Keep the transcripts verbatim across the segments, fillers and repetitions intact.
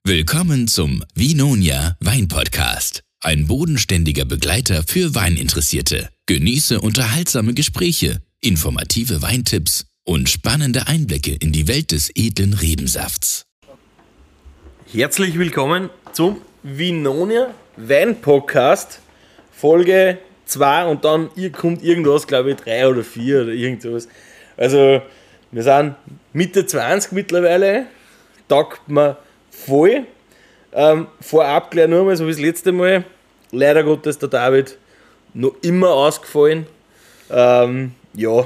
Willkommen zum Vinonia Wein-Podcast. Ein bodenständiger Begleiter für Weininteressierte. Genieße unterhaltsame Gespräche, informative Weintipps und spannende Einblicke in die Welt des edlen Rebensafts. Herzlich willkommen zum Vinonia Wein-Podcast, Folge zwei und dann kommt irgendwas, glaube ich, drei oder vier oder irgend sowas. Also, wir sind Mitte zwanzig mittlerweile, taugt mir voll. Ähm, vorab gleich nur mal, so wie das letzte Mal, leider Gottes der David noch immer ausgefallen. Ähm, ja,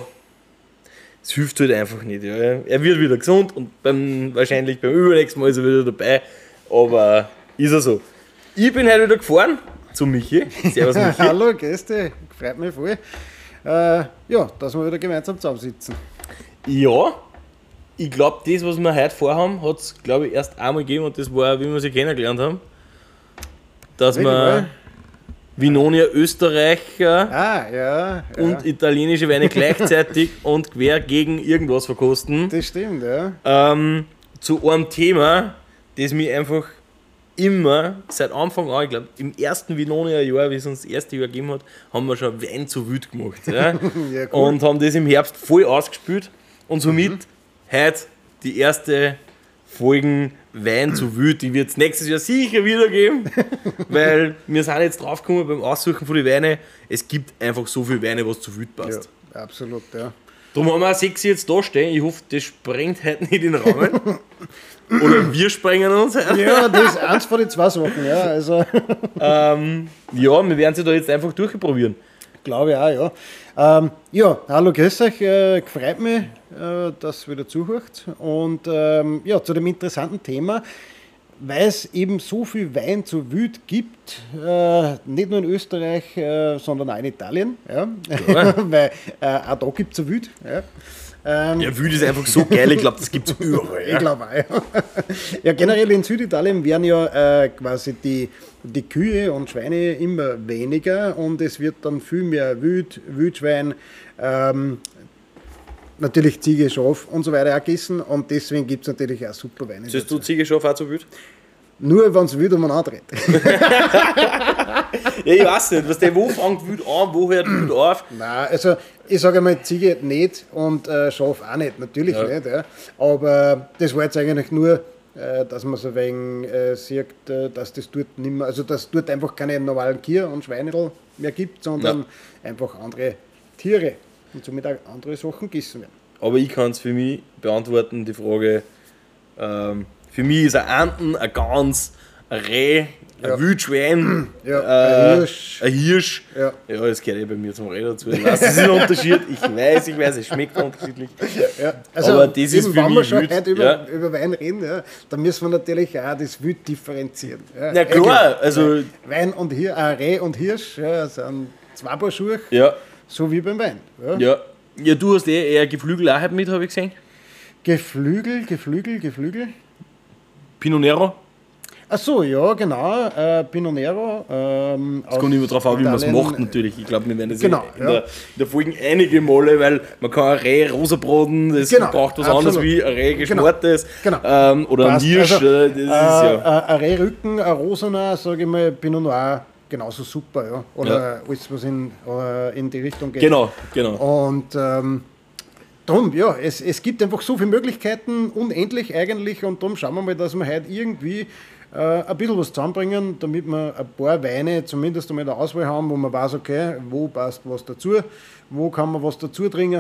es hilft halt einfach nicht. Ja. Er wird wieder gesund und beim, wahrscheinlich beim übernächsten Mal ist er wieder dabei, aber ist er so. Ich bin heute wieder gefahren zu Michi. Servus Michi. Hallo Gäste, freut mich voll. Äh, ja, dass wir wieder gemeinsam zusammensitzen. Ja, ich glaube, das, was wir heute vorhaben, hat es, glaube ich, erst einmal gegeben und das war, wie wir sie kennengelernt haben, dass Wirklich, wir ja? Vinonia Österreicher Ah, ja. und ja. italienische Weine gleichzeitig und quer gegen irgendwas verkosten. Das stimmt, ja. Ähm, zu einem Thema, das mich einfach immer, seit Anfang an, ich glaube, im ersten Vinonia-Jahr, wie es uns das erste Jahr gegeben hat, haben wir schon Wein zu wild gemacht. Ja? Ja, cool. Und haben das im Herbst voll ausgespielt und somit Mhm. heute die erste Folgen Wein zu wild, die wird es nächstes Jahr sicher wieder geben, weil wir sind jetzt draufgekommen beim Aussuchen von den Weinen, es gibt einfach so viele Weine, was zu wild passt. Ja, absolut, ja. Darum haben wir auch sechs jetzt da stehen. Ich hoffe, das sprengt heute nicht in den Rahmen. Oder wir sprengen uns heute. Ja, das ist eins von den zwei Sachen, ja. Also, Ähm, ja, wir werden sie da jetzt einfach durchprobieren. glaube ich auch, ja. Ähm, ja, hallo, grüß euch. Äh, gefreut mich, äh, dass ihr wieder zuhört. Und ähm, ja, zu dem interessanten Thema, weil es eben so viel Wein zu wild gibt, äh, nicht nur in Österreich, äh, sondern auch in Italien. Ja. Weil äh, auch da gibt es so wild. Ja. Ähm, Ja, wild ist einfach so geil, ich glaube, das gibt es überall. Ich Ja. glaube auch. Ja. Ja, generell in Süditalien werden ja äh, quasi die, die Kühe und Schweine immer weniger und es wird dann viel mehr Wild, Wildschwein, ähm, natürlich Ziege, Schaf und so weiter auch gegessen und deswegen gibt es natürlich auch super Weine. Siehst du dazu. Ziege schon auch so wild? Nur wenn es wild um einen andreht. Ja, ich weiß nicht, was der, wo fängt wild an, wo hört wild auf? Nein, also ich sage einmal Ziege nicht und äh, Schaf auch nicht, natürlich Ja. nicht. Ja. Aber das war jetzt eigentlich nur, äh, dass man so wegen äh, sieht, äh, dass das dort nicht mehr, also dass dort einfach keine normalen Kühe und Schweinedl mehr gibt, sondern einfach andere Tiere und somit auch andere Sachen gegessen werden. Aber ich kann es für mich beantworten, die Frage, ähm, für mich ist ein Enten, ein Gans, ein Reh, ein Ja. Wildschwein, Ja, äh, ein Hirsch. ein Hirsch. Ja. Ja, das gehört eh bei mir zum Reh dazu. Ich weiß, das ist ein Unterschied. Ich weiß, ich weiß, es schmeckt unterschiedlich. Ja, also Aber das ist eben, für wenn wir mich schon wild, heute über, ja. über Wein reden, ja, dann müssen wir natürlich auch das Wild differenzieren. Ja, Na klar, also- Wein und Hirsch, äh, Reh und Hirsch ja, sind zwei Paar Schuhe, Ja, so wie beim Wein. Ja. ja. Ja, du hast eh eher Geflügel auch heute mit, habe ich gesehen. Geflügel, Geflügel, Geflügel. Pinot Nero. Ach so, ja, genau. Äh, Pinot Nero. Ähm, Es kommt immer drauf an, wie man es Italien. macht natürlich. Ich glaube, wir werden das Genau, in, ja. der, in der Folge einige Male, weil man kann ein Reh rosabraten, das Genau, braucht was absolut. anderes wie ein Reh geschmortes. Genau. Ähm, oder ein Passt. Hirsch. Also, äh, das ist äh, ja. äh, ein Rehrücken, ein Rosener, sage ich mal, Pinot Noir, genauso super. Ja. Oder Ja. alles, was in, äh, in die Richtung geht. Genau, genau. Und ähm, darum, ja, es, es gibt einfach so viele Möglichkeiten, unendlich eigentlich. Und darum schauen wir mal, dass wir heute irgendwie äh, ein bisschen was zusammenbringen, damit wir ein paar Weine zumindest einmal in der Auswahl haben, wo man weiß, okay, wo passt was dazu, wo kann man was dazu trinken.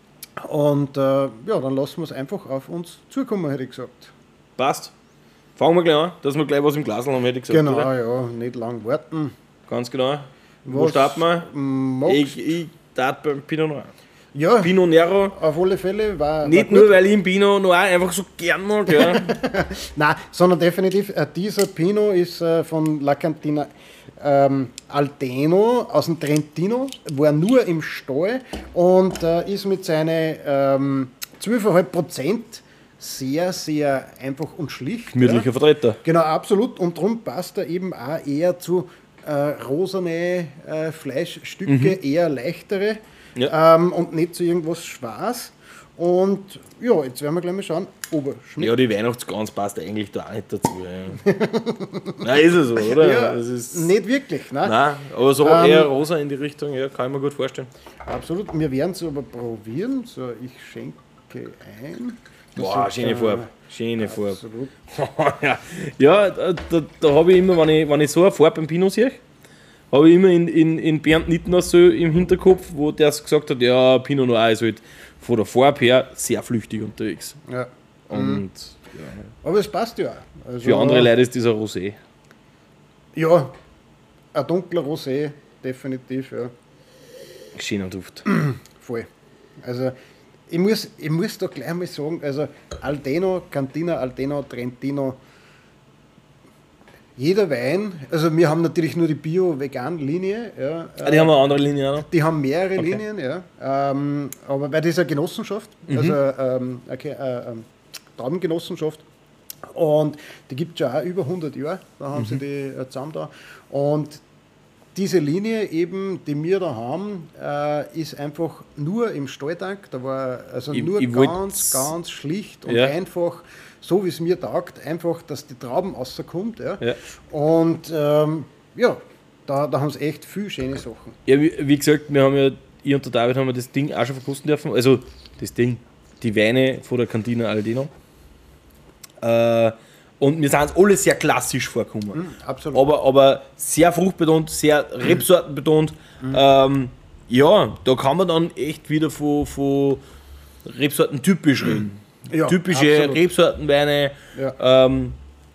Und äh, ja, dann lassen wir es einfach auf uns zukommen, hätte ich gesagt. Passt. Fangen wir gleich an, dass wir gleich was im Glas haben, hätte ich gesagt. Genau, Oder? ja, nicht lang warten. Ganz genau. Wo Was starten wir? magst- Ich, ich tat beim Pinot Noir. Ja, Pinot Nero. auf alle Fälle war. Nicht war nur, gut. weil ich den Pinot Noir einfach so gern mag. Ja. Nein, sondern definitiv, äh, dieser Pinot ist äh, von La Cantina ähm, Aldeno aus dem Trentino, war nur im Stall und äh, ist mit seinen ähm, zwölf Komma fünf Prozent sehr, sehr einfach und schlicht. Gemütlicher Ja. Vertreter. Genau, absolut. Und darum passt er eben auch eher zu äh, rosane äh, Fleischstücke, eher leichtere Ja. ähm, und nicht zu irgendwas Schwarz. Und ja, jetzt werden wir gleich mal schauen, ob er schmeckt. Ja, die Weihnachtsgans passt eigentlich da auch nicht dazu. Ja. Nein, ist es so, oder? Ja, das ist, nicht wirklich, ne? nein, aber so Ähm, eher rosa in die Richtung, ja, kann ich mir gut vorstellen. Absolut, wir werden es aber probieren. So, ich schenke ein. Boah, Das ist, schöne äh, Farbe. Schöne Farbe. Absolut. ja, ja, da, da, da habe ich immer, wenn ich, wenn ich so eine Farbe beim Pinot sehe, habe ich immer in, in, in Bernd Nittner so im Hinterkopf, wo der gesagt hat, ja, Pinot Noir ist halt von der Farbe her sehr flüchtig unterwegs. Ja. Und ja, Aber es passt ja auch. Also, für andere Leute ist dieser Rosé. Ja, ein dunkler Rosé, definitiv, ja. Schöner Duft. Voll. Also, ich muss, ich muss da gleich mal sagen, also Aldeno, Cantina, Aldeno, Trentino, jeder Wein, also wir haben natürlich nur die Bio-Vegan-Linie, ja, Ah, die haben eine andere Linie auch noch. die haben mehrere Okay. Linien, ja, ähm, aber weil das ist eine Genossenschaft, Mhm. also ähm, okay, äh, ähm, Traubengenossenschaft, und die gibt es ja auch über hundert Jahre, da haben Mhm. sie die äh, zusammen da, und diese Linie eben, die wir da haben, äh, ist einfach nur im Stalltank, da war also Ich- nur ich wollt- ganz, ganz schlicht und Ja. einfach, so wie es mir taugt, einfach, dass die Trauben rauskommt, ja, Ja. und ähm, ja, da, da haben sie echt viele schöne Sachen. Ja, wie, wie gesagt, wir haben ja, ich und der David haben wir das Ding auch schon verkosten dürfen. Also das Ding, die Weine von der Cantina Aldeno. Äh, und mir sind alle sehr klassisch vorgekommen. Mhm, absolut. Aber, aber sehr fruchtbetont, sehr Rebsortenbetont. Mhm. Ähm, ja, da kann man dann echt wieder von, von Rebsorten typisch reden. Ja, Typische absolut. Rebsortenweine. Ja. Ähm,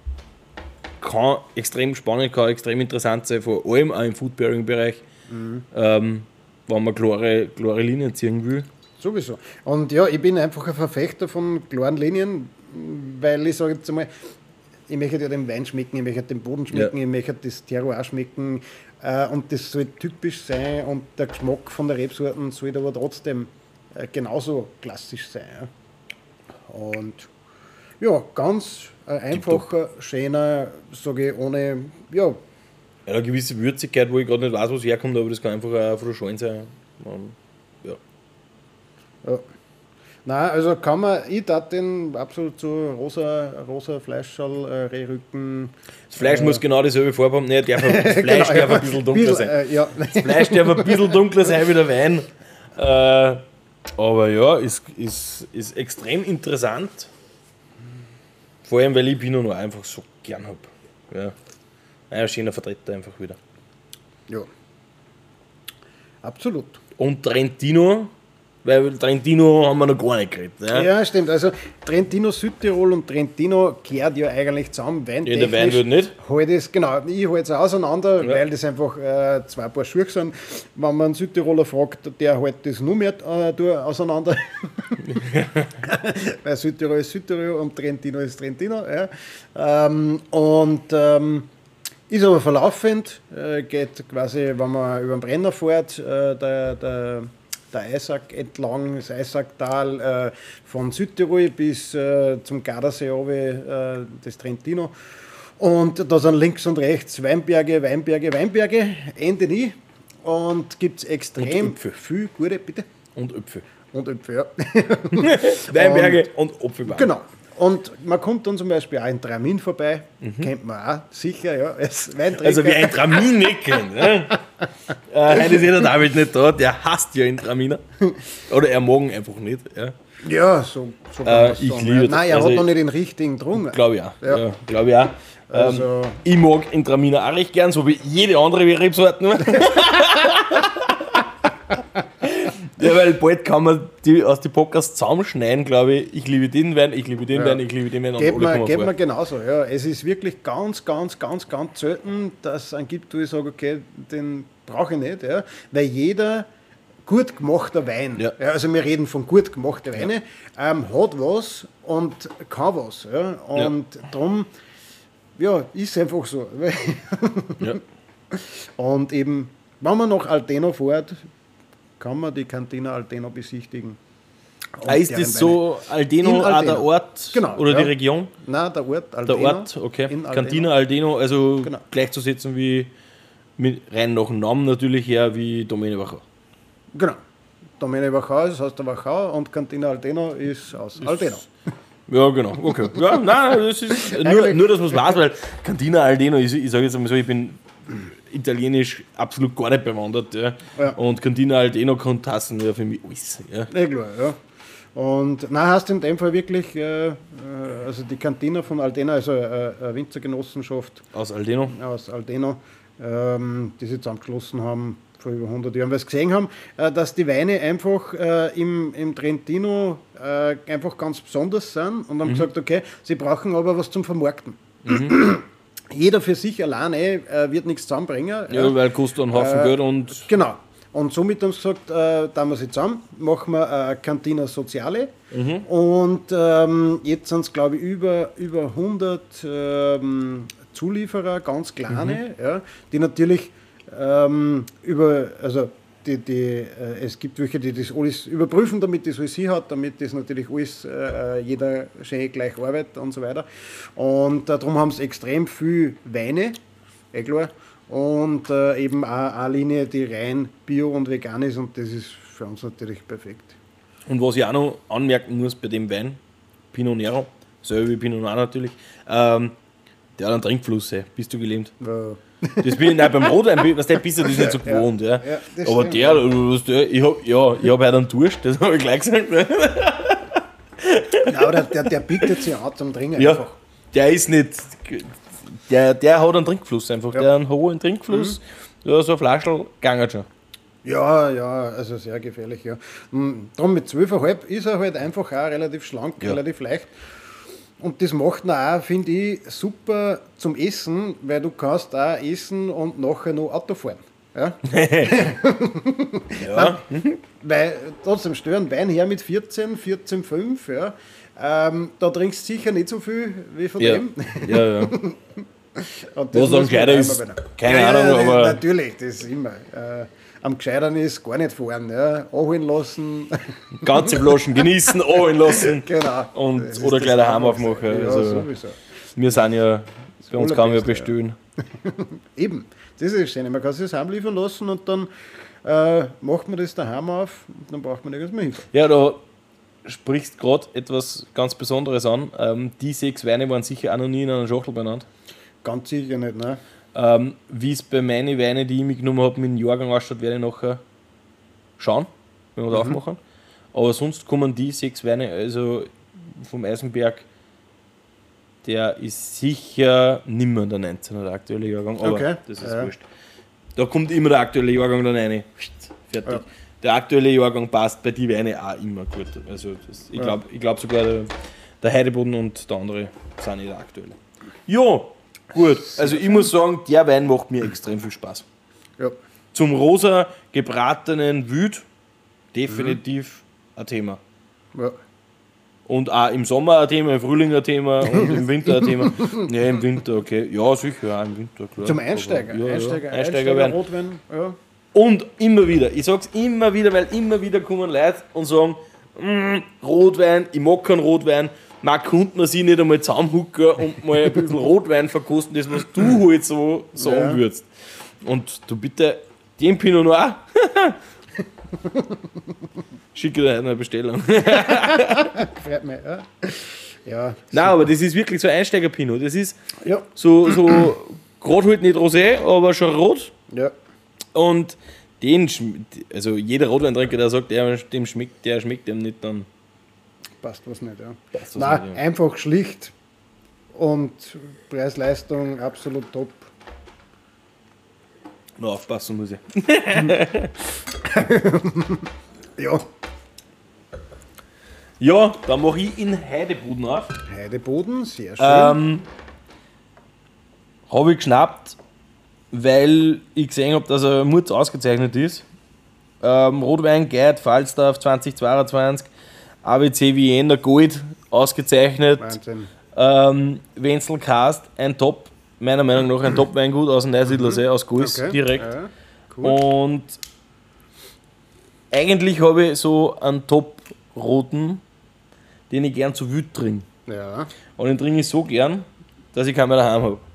kann extrem spannend, kann extrem interessant sein, vor allem auch im Food-Pairing-Bereich, Mhm. ähm, wenn man klare, klare Linien ziehen will. Sowieso. Und ja, ich bin einfach ein Verfechter von klaren Linien, weil ich sage jetzt einmal, ich möchte ja den Wein schmecken, ich möchte den Boden schmecken, Ja. ich möchte das Terroir schmecken, äh, und das soll typisch sein und der Geschmack von der Rebsorten soll aber trotzdem äh, genauso klassisch sein. Ja. Und ja, ganz äh, einfacher, schöner, sage ich, ohne, ja, Ja, eine gewisse Würzigkeit, wo ich gerade nicht weiß, wo es herkommt, aber das kann einfach auch von der Schalen sein. Ähm, ja. ja. Nein, also kann man, ich tat den absolut so rosa, rosa Fleischschal, äh, Rehrücken. Das Fleisch muss genau dieselbe Farbe haben. Nee, darf, das Fleisch darf ein bisschen dunkler Bisschen, sein. Äh, ja. Das Fleisch darf ein bisschen dunkler sein wie der Wein. Äh, aber ja, ist, ist, ist extrem interessant. Vor allem, weil ich Pinot Noir einfach so gern habe. Ja. Ein schöner Vertreter einfach wieder. Ja. Absolut. Und Trentino, weil Trentino haben wir noch gar nicht geredet. Ja? Ja, stimmt. Also Trentino Südtirol und Trentino kehrt ja eigentlich zusammen. Ja, der Wein wird nicht. Halt es, genau, ich halte es auseinander, Ja. weil das einfach äh, zwei Paar Schuhe sind. Wenn man einen Südtiroler fragt, der hält das nur mehr äh, durch auseinander. Weil Südtirol ist Südtirol und Trentino ist Trentino. Ja. Ähm, und ähm, ist aber verlaufend, äh, geht quasi, wenn man über den Brenner fährt, äh, der, der, der Eisack entlang, das Eisacktal, äh, von Südtirol bis äh, zum Gardasee runter, äh, das Trentino. Und da sind links und rechts Weinberge, Weinberge, Weinberge, Ende nie. Und gibt es extrem Und Äpfel. viel gute, bitte. Und Äpfel. Und Äpfel, ja. Weinberge und, und Apfelbaum. Genau. Und man kommt dann zum Beispiel auch in Tramin vorbei, kennt man auch, sicher, ja, als Weintrinker. Also wer ein Tramin nicht kennt. Ne? äh, heute ist ja der David nicht da, der hasst ja einen Traminer. Oder er mag ihn einfach nicht. Ja. Ja, so, so kann Äh, man's ich sagen. liebe ja. Nein, er also hat noch ich- nicht den richtigen Drung. Glaube ich auch. Ja. Ja. Glaube ich auch. Also- Ähm, ich mag einen Traminer auch recht gern, so wie jede andere Rebsorten. Ja, weil bald kann man die aus den Podcasts zusammenschneiden, glaube ich. Ich liebe den Wein, ich liebe den Ja. Wein, ich liebe den Wein und Geht alle mir, kommen geht vor. mir genauso. Ja. Es ist wirklich ganz, ganz, ganz, ganz selten, dass es einen gibt, wo ich sage, okay, den brauche ich nicht. Ja. Weil jeder gut gemachter Wein, Ja. ja, also wir reden von gut gemachten Weine, ähm, hat was und kann was. Ja. Und darum, ja, ist einfach so. Ja. Und eben, wenn man nach Aldeno fährt, kann man die Cantina Aldeno besichtigen. Und Ah, ist deren das Weine. so Aldeno, In auch der Aldeno. Ort Genau, oder ja. die Region? Nein, der Ort Der Aldeno. Ort, okay. in Aldeno. Cantina Aldeno, also Genau. gleichzusetzen wie mit rein nach dem Namen natürlich her wie Domäne Wachau. Genau, Domäne Wachau ist aus der Wachau und Cantina Aldeno ist aus Aldeno. Ja, genau. Okay. Ja, nein, das ist nur, nur dass man es weiß, weil Cantina Aldeno, ich, ich sage jetzt einmal so, ich bin italienisch absolut gar nicht bewandert. Ja. Ja. Und Cantina Aldeno kann tassen ja für mich alles. Ja. Ja, klar, ja. Und nein, hast in dem Fall wirklich, äh, also die Cantina von Aldeno, also äh, eine Winzergenossenschaft Aus Aldeno. aus Aldeno, ähm, die sie zusammengeschlossen haben vor über hundert Jahren, weil sie gesehen haben, äh, dass die Weine einfach äh, im, im Trentino äh, einfach ganz besonders sind und haben mhm. gesagt, okay, sie brauchen aber was zum Vermarkten. Mhm. Jeder für sich alleine äh, wird nichts zusammenbringen. Ja, ja, weil kostet einen Haufen äh, Geld und... Genau. Und somit haben sie gesagt, äh, da wir sie zusammen, machen wir eine Cantina Soziale. Mhm. Und ähm, jetzt sind es, glaube ich, über, über hundert ähm, Zulieferer, ganz kleine, mhm. ja, die natürlich ähm, über, also die, die, äh, es gibt welche, die das alles überprüfen, damit das alles hier hat, damit das natürlich alles, äh, jeder schön gleich arbeitet und so weiter. Und äh, darum haben sie extrem viel Weine, eh klar. Und äh, eben auch eine Linie, die rein bio und vegan ist, und das ist für uns natürlich perfekt. Und was ich auch noch anmerken muss bei dem Wein, Pinot Nero, selber wie Pinot Noir natürlich, ähm, der hat einen Trinkfluss, ey. Bist du gelähmt? Ja. Das bin ich nicht beim Rotwein, was der bist du das nicht so gewohnt. Ja. Ja, das aber stimmt, der, was der, ich hab, ja, ich habe heute einen Durst, das habe ich gleich gesagt. Ja, aber der, der, der bietet sich an zum Trinken Ja, einfach. der ist nicht, der, der hat einen Trinkfluss einfach, Ja. der hat einen hohen Trinkfluss, mhm. Ja, so ein Flaschel gangert schon. Ja, ja, also sehr gefährlich, ja. Mm, Darum mit zwölf Komma fünf ist er halt einfach auch relativ schlank, Ja. relativ leicht. Und das macht ihn auch, finde ich, super zum Essen, weil du kannst auch essen und nachher noch Auto fahren. Ja? Ja. Weil trotzdem stören Wein her mit vierzehn, vierzehn Komma fünf, ja. Ähm, da trinkst du sicher nicht so viel wie von Ja, dem. ja, ja. Und das Was am muss man gescheiter auch ist, immer wieder- keine ja, Ahnung, ja, aber- Natürlich, das ist immer. Äh, am Gescheitern ist gar nicht fahren, ja. Anholen lassen. Ganze Flaschen genießen, anholen lassen Genau. und, Das ist oder das gleich daheim Einfachste. aufmachen. Ja, Also, sowieso. wir sind ja, bei uns kann man ja Allerbeste, bestellen. Eben, das ist das Schöne. Man kann sich das heimliefern lassen und dann äh, macht man das daheim auf und dann braucht man nirgends mehr hin. Ja, da sprichst gerade etwas ganz Besonderes an. Ähm, die sechs Weine waren sicher auch noch nie in einer Schachtel benannt. Ganz sicher nicht, ne? Ähm, Wie es bei meinen Weinen, die ich mitgenommen habe, mit dem Jahrgang ausschaut, werde ich nachher schauen, wenn wir das Mhm. aufmachen. Aber sonst kommen die sechs Weine, also vom Eisenberg, der ist sicher nimmer der neunzehner, der aktuelle Jahrgang, aber Okay. das ist Ja. wurscht. Da kommt immer der aktuelle Jahrgang dann rein. Fertig. Ja. Der aktuelle Jahrgang passt bei die Weine auch immer gut. Also das, ich Ja. glaube ich glaub sogar der, der Heideboden und der andere sind nicht der aktuelle. Ja, gut. Also ich muss sagen, der Wein macht mir extrem viel Spaß. Ja. Zum rosa gebratenen Wüt definitiv ein Thema. Ja. Und auch im Sommer ein Thema, im Frühling ein Thema und im Winter ein Thema. Ja, im Winter, okay. Ja, sicher, auch im Winter, klar. Zum Einsteiger. Aber, ja, Einsteiger, ja. Einsteiger, Einsteiger werden. Rotwein, ja. Und immer wieder, ich sag's immer wieder, weil immer wieder kommen Leute und sagen, mm, Rotwein, ich mag keinen Rotwein, man konnte man sich nicht einmal zusammenhucken und mal ein bisschen Rotwein verkosten, das was du halt so sagen Ja. würdest. Und du bitte, den Pinot Noir, schicke dir eine Bestellung. Freut mich, ja. Ja, Nein, aber das ist wirklich so ein Einsteiger-Pinot. Das ist ja, so, so gerade halt nicht rosé, aber schon rot. ja. Und den, schm- also jeder Rotweintrinker, der sagt, der, dem schmeckt, der schmeckt dem nicht, dann Passt was nicht, ja. passt das Nein, nicht. Ja. einfach schlicht und Preis-Leistung absolut top. Nur aufpassen muss ich. Ja, Ja, dann mache ich in Heideboden auf. Heideboden, sehr schön. Ähm, habe ich geschnappt, weil ich gesehen habe, dass er Murz ausgezeichnet ist. Ähm, Rotwein Gerd Falstaff zwanzig zweiundzwanzig, A B C Vienna Gold ausgezeichnet. Wahnsinn. Ähm, Wenzel Cast, ein Top, meiner Meinung nach ein Top-Weingut aus dem Neusiedlersee, aus Guis Okay. direkt. Ja, cool. Und eigentlich habe ich so einen Top-Roten, den ich gern zu Wüt trinke. Ja, Und den trinke ich so gern, dass ich keinen mehr daheim habe.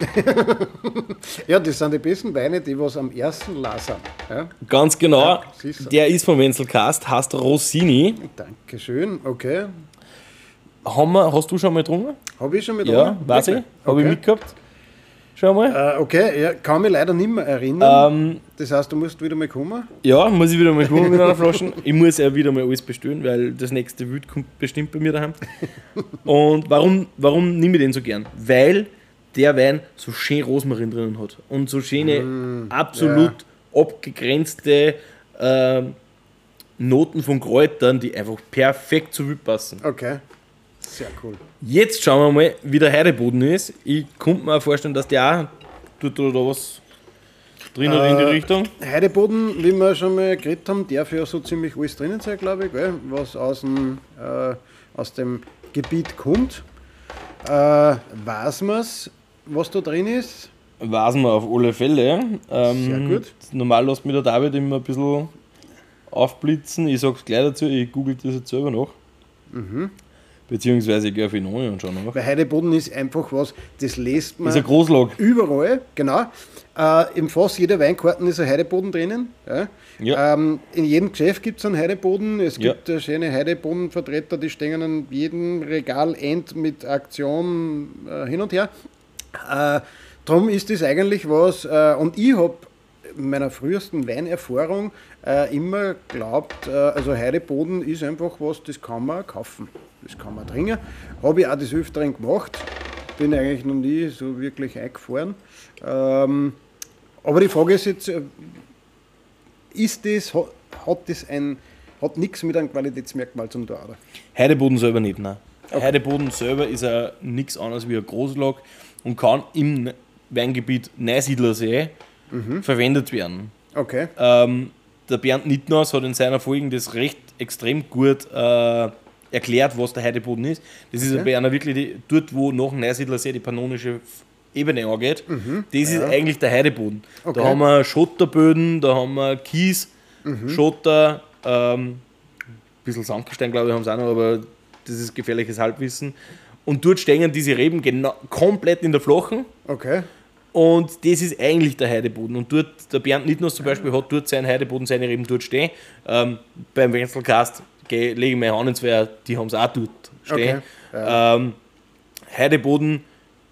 Ja, das sind die besten Weine, die was am ersten lassen. Ja? Ganz genau. Ja, siehst du. Der ist vom Wenzelkast, heißt Rossini. Dankeschön, okay. Haben wir, hast du schon mal getrunken? Habe ich schon mit Ja, weiß ich. Habe ich mitgehabt. Schon mal. Äh, okay, ja, kann mich leider nicht mehr erinnern. Ähm, Das heißt, du musst wieder mal kommen. ja, muss ich wieder mal kommen mit einer Flasche. Ich muss ja wieder mal alles bestellen, weil das nächste Wild kommt bestimmt bei mir daheim. Und warum, warum nehme ich den so gern? Weil der Wein so schön Rosmarin drinnen hat und so schöne, Mm, absolut abgegrenzte äh, Noten von Kräutern, die einfach perfekt zu Wild passen. Okay, sehr cool. Jetzt schauen wir mal, wie der Heideboden ist. Ich konnte mir auch vorstellen, dass der auch tut da was drin hat in die Äh, Richtung. Heideboden, wie wir schon mal geredet haben, darf ja so ziemlich alles drinnen sein, glaube ich, gell? Was aus dem, äh, aus dem Gebiet kommt. Äh, weiß man es, was da drin ist? Weiß man auf alle Fälle. Ähm, Sehr gut. Normal lässt mich der David immer ein bisschen aufblitzen. Ich sag's gleich dazu, ich google das jetzt selber noch. Mhm. Beziehungsweise ich gehe auf Inoni und schaue nach. Weil Heideboden ist einfach was, das lässt man Ist ein Großlag. überall, genau. Äh, Im fast jeder Weinkarten ist ein Heideboden drinnen. Ja. Ja. Ähm, in jedem Geschäft gibt es einen Heideboden. Es Ja. gibt äh, schöne Heidebodenvertreter, die stehen an jedem Regalend mit Aktion äh, hin und her. Äh, darum ist das eigentlich was, äh, und ich habe in meiner frühesten Weinerfahrung äh, immer geglaubt, äh, also Heideboden ist einfach was, das kann man kaufen, das kann man trinken. Habe ich auch des Öfteren gemacht, bin eigentlich noch nie so wirklich eingefahren. Ähm, aber die Frage ist jetzt, äh, ist das, hat, hat das ein, hat nichts mit einem Qualitätsmerkmal zum tun, oder? Heideboden selber nicht, nein. Heideboden selber ist ja nichts anderes wie ein Großlag und kann im Weingebiet Neusiedlersee verwendet werden. Okay. Ähm, der Bernd Nittners hat in seiner Folge das recht extrem gut äh, erklärt, was der Heideboden ist. Das ist Okay. bei einer wirklich die, dort, wo nach dem Neusiedlersee die pannonische Ebene angeht. Das ist eigentlich der Heideboden. Okay. Da haben wir Schotterböden, da haben wir Kies, Schotter, ähm, ein bisschen Sandgestein, glaube ich, haben sie auch noch, aber das ist gefährliches Halbwissen. Und dort stehen diese Reben genau, komplett in der Flachen. Okay. Und das ist eigentlich der Heideboden. Und dort, der Bernd Nittners zum Beispiel hat dort seinen Heideboden, seine Reben dort stehen. Ähm, beim Wenzelkast geh- lege ich meine Hand ins Feuer, die haben es auch dort stehen. Okay, ja. Ähm, Heideboden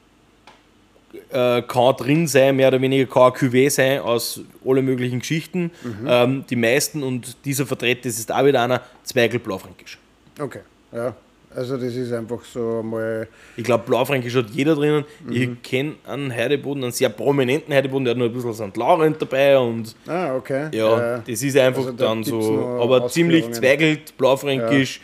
äh, kann drin sein, mehr oder weniger kann ein Cuvée sein aus allen möglichen Geschichten. Mhm. Ähm, die meisten, und dieser Vertreter, das ist auch wieder einer, Zweigel Blaufränkisch. Okay. Ja. Also das ist einfach so mal. Ich glaube, Blaufränkisch hat jeder drinnen. Ich kenne einen Heideboden, einen sehr prominenten Heideboden, der hat noch ein bisschen Sankt Laurent dabei und Ah, okay. ja, Äh, das ist einfach also da dann gibt's so, noch aber ziemlich Ausführungen. zweigelt, Blaufränkisch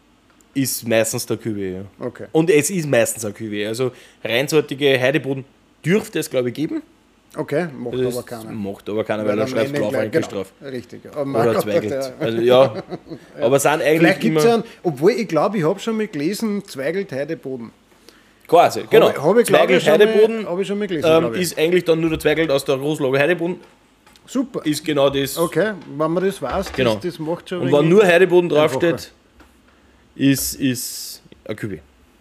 ist meistens der Cuvée. Ja. Okay. Und es ist meistens ein Cuvée, also reinsortige Heideboden dürfte es, glaube ich, geben. Okay, macht Das aber keiner. macht aber keiner, weil er dann schreibt nennen gleich- Blaufränkisch genau, drauf. Richtig. Aber mein Oder Gott, zweigelt. ja. Also, ja. Aber sind eigentlich Vielleicht gibt es immer... einen, obwohl ich glaube, ich habe schon mal gelesen, Zweigelt Heideboden. Quasi, genau. Habe, habe ich, glaube Zweigelt ich, schon mal- Heideboden habe ich schon mal gelesen. ähm, glaube ich. ist eigentlich dann nur der Zweigelt aus der Großlager Heideboden. Super. Ist genau das. Okay, wenn man das weiß, das, Genau. das macht schon Und wenig- wenn nur Heideboden Einfacher. draufsteht, ist, ist ein Cuvée.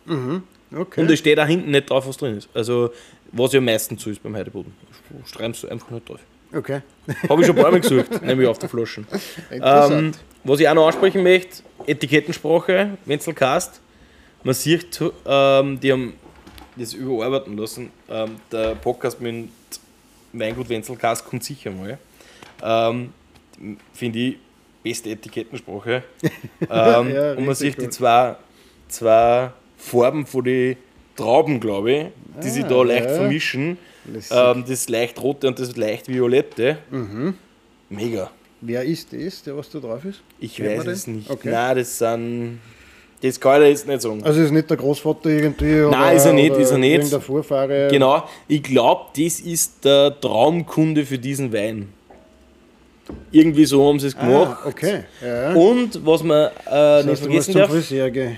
Okay. Und es steht da hinten nicht drauf, was drin ist. Also, was ja meistens so ist beim Heideboden. Schreibst du einfach nicht drauf. okay. Habe ich schon ein paar Mal gesucht, nämlich auf der Flaschen. Ähm, Interessant. was ich auch noch ansprechen möchte, Etikettensprache, Wenzelkast. Man sieht, ähm, die haben das überarbeiten lassen. Ähm, der Podcast mit Weingut Wenzelkast kommt sicher mal. Ähm, Finde ich, beste Etikettensprache. ähm, Ja, und man richtig sieht die gut. zwei, zwei Farben von den Trauben, glaube ich, die sich da Ah, leicht ja. vermischen. Lässig. Ähm, das leicht rote und das leicht violette. Mega. Wer ist das, der was da drauf ist? Ich Kennt weiß man es den? nicht. Okay. Nein, das sind. Das kann ich jetzt nicht sagen. Also ist nicht der Großvater irgendwie? Oder, Nein, ist er nicht, oder ist er nicht. Irgendein Vorfahre? Genau, ich glaube, das ist der Traumkunde für diesen Wein. Irgendwie so haben sie es gemacht. Ah, okay. Ja. Und was man äh, Das nicht heißt, du musst vergessen zum darf, Friseur gehen.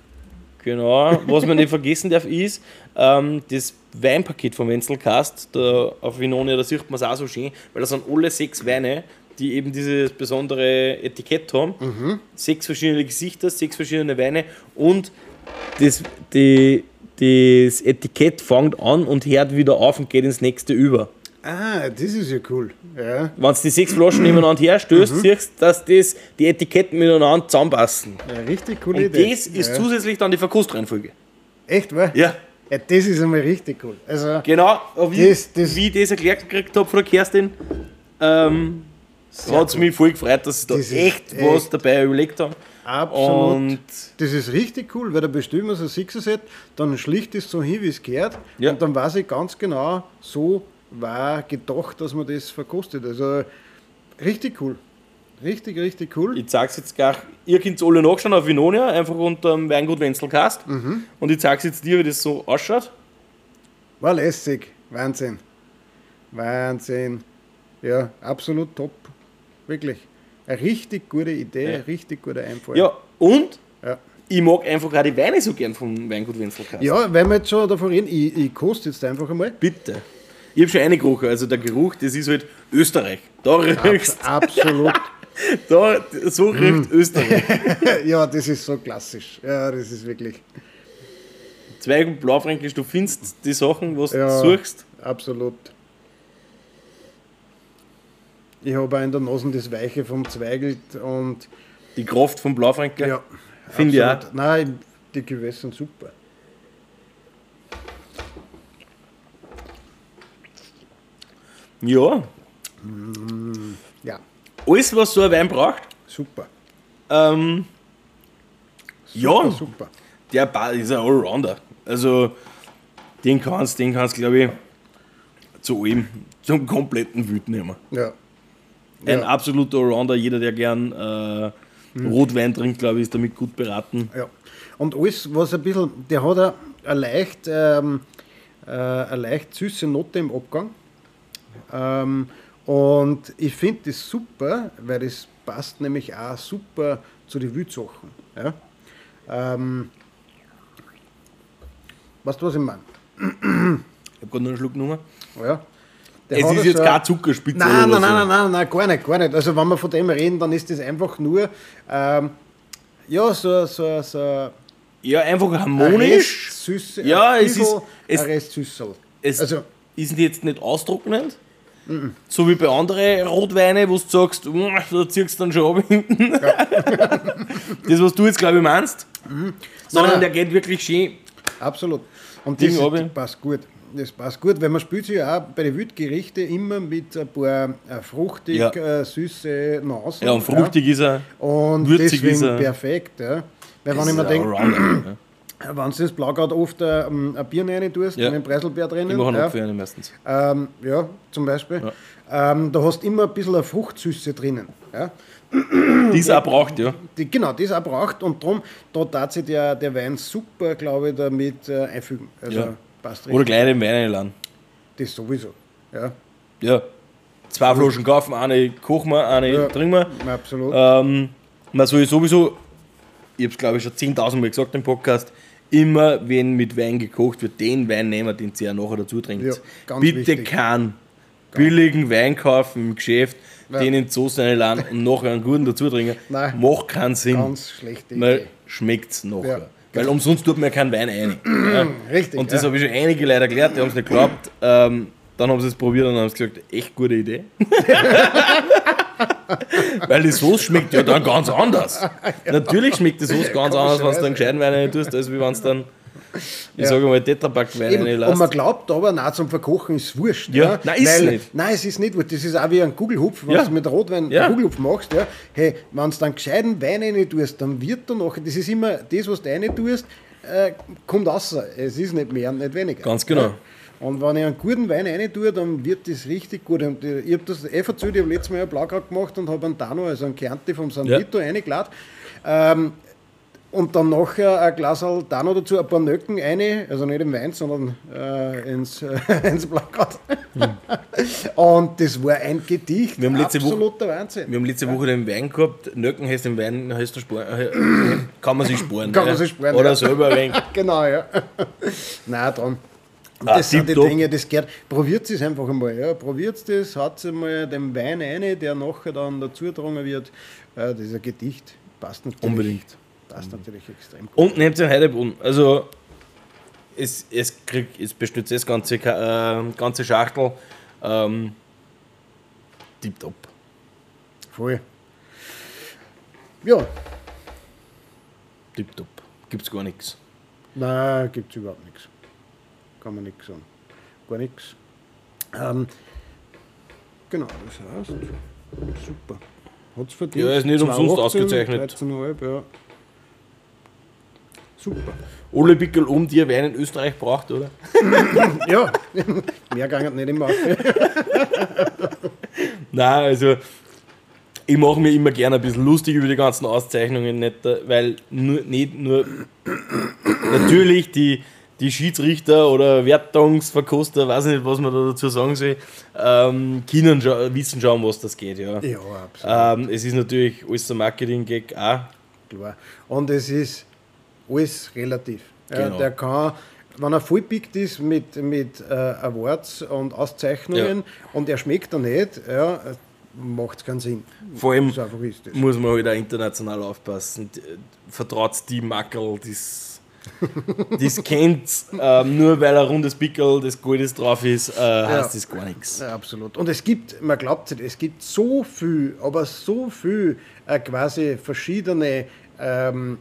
genau, was man nicht vergessen darf, ist ähm, das Weinpaket vom Wenzelkast. Da auf Vinonia, da sieht man es auch so schön, weil da sind alle sechs Weine, die eben dieses besondere Etikett haben. Sechs verschiedene Gesichter, sechs verschiedene Weine und das, die, das Etikett fängt an und hört wieder auf und geht ins nächste über. Ah, das ist ja cool. Ja, Wenn du die sechs Flaschen nebeneinander herstößt, siehst du, dass das, die Etiketten miteinander zusammenpassen. ja richtig coole Und Idee. das ist ja. zusätzlich dann die Verkostreihenfolge. Echt, wahr? Ja. Ja, das ist einmal richtig cool. Also, Genau, wie, Das- das- wie ich das erklärt gekriegt habe von der Kerstin, ähm, hat es mich voll gefreut, dass sie da Das ist echt was echt dabei überlegt haben. absolut. Und Das ist richtig cool, weil da bestellen wir so ein Sixer-Set, dann schlicht es so hin, wie es gehört. Ja. Und dann weiß ich ganz genau, so war gedacht, dass man das verkostet. Also richtig cool. Richtig, richtig cool. ich zeige es jetzt gleich, ihr könnt es alle nachschauen auf Vinonia, einfach unter dem Weingut Wenzelkast. Mhm. Und ich zeige es jetzt dir, wie das so ausschaut. War lässig. Wahnsinn. Wahnsinn. Ja, absolut top. Wirklich. Eine richtig gute Idee, Ja. ein richtig guter Einfall. Ja, und Ja. ich mag einfach auch die Weine so gern vom Weingut Wenzelkast. Ja, weil wir jetzt schon davon reden, ich, ich koste jetzt einfach einmal. Bitte. Ich habe schon reingerochen, also der Geruch, das ist halt Österreich. Da riechst Absolut. da, so riecht Mhm. Österreich. Ja, das ist so klassisch. Ja, das ist wirklich. Zweig und Blaufränkisch, du findest die Sachen, was Ja, du suchst. absolut. Ich habe auch in der Nase das Weiche vom Zweigelt und Die Kraft vom Blaufränkel. ja, Finde ich absolut. Nein, die Gewässer sind super. Ja, Ja, alles, was so ein Wein braucht. super. Ähm, Super, ja, super. der Ba- ist ein Allrounder. Also, den kannst den kannst glaube ich, zu allem, zum kompletten Wüten nehmen. Ja. Ein Ja. absoluter Allrounder, jeder, der gern äh, Rotwein trinkt, glaube ich, ist damit gut beraten. Ja. Und alles, was ein bisschen, der hat eine, eine, leicht, ähm, äh, eine leicht süße Note im Abgang. Ähm, und ich finde das super, weil das passt nämlich auch super zu den Wildsachen. Ja? Ähm, weißt du, was ich meine? Ich habe gerade noch einen Schluck genommen. Ja. Der Es hat ist ja jetzt so- keine Zuckerspitze Nein, oder nein, so. nein, nein, nein, nein, gar nicht, gar nicht. Also wenn wir von dem reden, dann ist das einfach nur ähm, ja, so, so, so Ja, einfach ein harmonisch. Rest Süße, Ja, ein es bisschen ist- es- ein Rest Süßel. Es Also, ist jetzt nicht austrocknend. So wie bei anderen Rotweinen, wo du sagst, "Mm, da ziehst du dann schon ab hinten." Das, was du jetzt, glaube ich, meinst. Sondern Nein. der geht wirklich schön. absolut. Und Ding das, runter. das passt gut. Das passt gut, weil man spielt sich ja auch bei den Wildgerichten immer mit ein paar äh, fruchtig, Ja. äh, süße Nasen. Ja, und fruchtig ist er. Und würzig deswegen ist er. perfekt. Ja. Weil wenn Das ich mir ist ein denke, Allrounder, ja. wenn du das Blaugart oft äh, ein Bier rein tust, Ja. mit einem Preiselbeer drinnen, Ich mache einen ja, Apfel meistens. ähm, ja, zum Beispiel, ähm, da hast du immer ein bisschen eine Fruchtsüße drinnen. Ja. Die es auch braucht, ja. Die, genau, das auch braucht und darum, da tat sich der, der Wein super, glaube ich, damit äh, einfügen. Also Ja. passt Oder richtig. gleich den Wein einladen. Das sowieso. Ja, Ja. Zwei Flaschen kaufen, eine kochen wir, eine Ja. trinken wir. absolut. Ähm, man soll sowieso, ich habe es glaube ich schon zehntausend Mal gesagt im Podcast, immer wenn mit Wein gekocht wird, den Wein nehmen, den sie ja nachher dazu trinkt. Ja, ganz Bitte wichtig. keinen billigen Wein kaufen im Geschäft, Ja. den in die Soße einladen und nachher einen guten dazu trinken. Nein. Macht keinen Sinn. Ganz schlechte Weil Idee. schmeckt es nachher. Ja. Weil umsonst tut man ja keinen Wein ein. Ja. Richtig. Und das ja. habe ich schon einige Leute erklärt, die haben es nicht geglaubt. Ähm, dann haben sie es probiert und haben es gesagt, echt gute Idee. Weil die Soße schmeckt ja dann ganz anders. Natürlich schmeckt die Soße ganz anders, wenn du dann gescheiten Wein rein tust, als wie wenn es dann, ich Ja. sage mal, Tetrapack Wein Eben, reinlässt. und man glaubt aber, nein, zum Verkochen ist es wurscht. Ja, nein, ist Weil, nicht. Nein, es ist nicht wurscht. Das ist auch wie ein Kugelhupf, wenn Ja. du mit Rotwein Ja. einen Kugelhupf machst. Ja. Hey, wenn du dann gescheiten Wein rein tust, dann wird da nachher, das ist immer das, was du rein tust, äh, kommt raus. Es ist nicht mehr und nicht weniger. Ganz genau. Ja. Und wenn ich einen guten Wein rein tue, dann wird das richtig gut. Und ich habe das eh erzählt, ich habe letztes Mal ein Blaukraut gemacht und habe einen Dano, also einen Chianti vom San Ja. Vito reingeladen. Ähm, und dann nachher ein Glas Dano dazu, ein paar Nöcken rein, also nicht im Wein, sondern äh, ins, äh, ins Blaukraut. Und das war ein Gedicht, Wir haben letzte Woche- absoluter Wahnsinn. Wir haben letzte Woche den Wein gehabt, Nöcken heißt den Wein, heißt der Spor, äh, kann man sich sparen. Kann man ja. sich sparen, Oder ja. selber ein wenig. Genau, ja. Nein, dran. Ah, Das sind die tipptopp. Dinge, das gehört. Probiert es einfach einmal. Ja. Probiert es, hat einmal den Wein rein, der nachher dann dazu getrunken wird. Äh, das ist ein Gedicht. Passt natürlich. Unbedingt. Passt natürlich extrem gut. Und nehmt den Heideboden. Also, es, es, krieg, es bestützt das ganze, äh, ganze Schachtel ähm, tipptopp. Voll. Ja. Tipptopp. Gibt's gar nichts. Nein, gibt es überhaupt nichts. Kann man nichts sagen. Gar nichts. Ähm, genau, das heißt, super. Hat es verdient. Ja, ist nicht umsonst zwei achtzehn, ausgezeichnet. dreizehn Komma fünf, ja. Super. Alle Pickel um die Wein in Österreich braucht, oder? Ja, mehr ging nicht immer auf. Nein, also ich mache mir immer gerne ein bisschen lustig über die ganzen Auszeichnungen, nicht, weil nur, nicht nur natürlich die, die Schiedsrichter oder Wertungsverkoster, weiß nicht, was man da dazu sagen soll, ähm, können scha- wissen schon, was das geht. Ja, Ja, absolut. ähm, es ist natürlich alles ein Marketing-Gag auch. Klar. Und es ist alles relativ. Ja, Genau. der kann, wenn er vollpickt ist mit, mit äh, Awards und Auszeichnungen Ja. und er schmeckt er nicht, ja, macht es keinen Sinn. Vor allem So einfach ist das. muss man halt auch international aufpassen. Vertraut die Mackel, das, das kennt, ähm, nur weil ein rundes Pickel des Goldes drauf ist, äh, heißt das gar nichts. Ja, absolut. Und es gibt, man glaubt es nicht, es gibt so viel, aber so viel äh, quasi verschiedene ähm,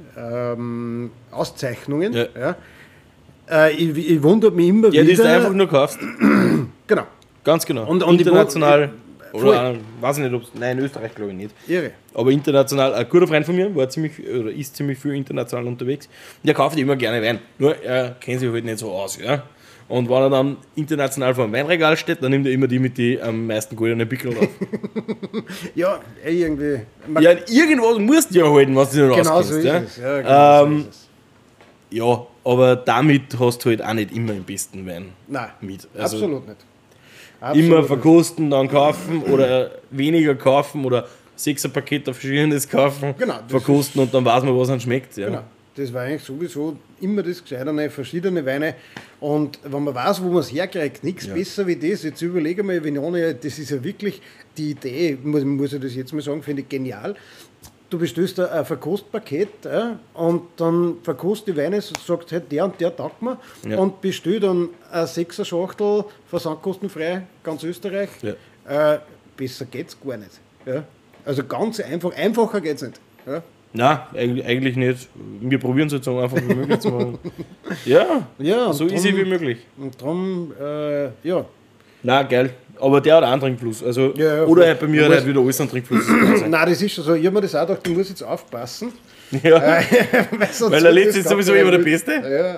ähm, Auszeichnungen. Ja. Ja. Äh, ich, ich wundere mich immer Ja, wieder. die du einfach nur kaufst. Genau, Ganz genau. Und- und die international. wo- oder auch, weiß ich nicht, ob's, nein, in Österreich glaube ich nicht. irre. Aber international, ein guter Freund von mir war ziemlich, oder ist ziemlich viel international unterwegs. Der kauft immer gerne Wein. Nur er kennt sich halt nicht so aus. Ja? Und wenn er dann international vor dem Weinregal steht, dann nimmt er immer die mit die am meisten goldenen Pickel auf. Ja, eh irgendwie. Man, Ja, irgendwas musst du ja halten, was du nicht genau rauskennst. so ist ja? es. Ja, genau ähm, so ist es. ja, aber damit hast du halt auch nicht immer den besten Wein Nein, mit. Also absolut nicht. Absolut immer nicht. verkosten, dann kaufen oder weniger kaufen oder sechser Paket auf verschiedenes kaufen, Genau, das verkosten und dann weiß man, was einem schmeckt. Ja. Genau. Das war eigentlich sowieso immer das Gescheiterne, verschiedene Weine. Und wenn man weiß, wo man es herkriegt, nichts Ja. besser wie das. Jetzt überlege mal, Vignone, das ist ja wirklich die Idee, muss, muss ich das jetzt mal sagen, finde ich genial. Du bestellst ein Verkostpaket ja, und dann verkost die Weine, sagst halt, der und der taugt mir Ja. und bestell dann eine sechser Schachtel versandkostenfrei, ganz Österreich. Ja. Äh, besser geht's gar nicht. Ja. Also ganz einfach, einfacher geht's nicht. Ja. Nein, eigentlich, eigentlich nicht. Wir probieren es jetzt so einfach wie möglich zu machen. Ja, Ja, so und easy drum- wie möglich. Und darum, äh, ja, Nein, geil. Aber der hat auch einen Trinkfluss. Also, Ja, ja, oder voll. halt bei mir Du hat halt musst- wieder alles einen Trinkfluss. nein, das ist schon so. Ich habe mir das auch gedacht, ich muss jetzt aufpassen. ja. Äh, weil sonst Weil er wird letztens das sowieso Ganze immer der wild. Beste. Ja,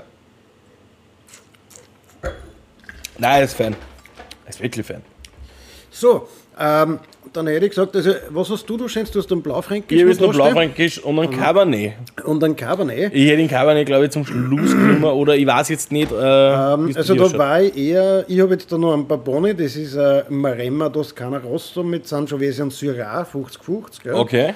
Nein, ist fein. Ist wirklich fein. so, ähm, dann hätte ich gesagt, also, was hast du, du scheinst, du hast einen Blaufränkisch Ich habe jetzt mit noch drinstehen Blaufränkisch und einen Cabernet. und einen Cabernet. Ich hätte den Cabernet, glaube ich, zum Schluss genommen oder ich weiß jetzt nicht. Äh, Ähm, wie's bei also dir da ausschaut. war ich eher, ich habe jetzt da noch einen Barbone, das ist ein Maremma Toscana Rosso mit Sangiovese und Syrah, fünfzig fünfzig. Gell? Okay.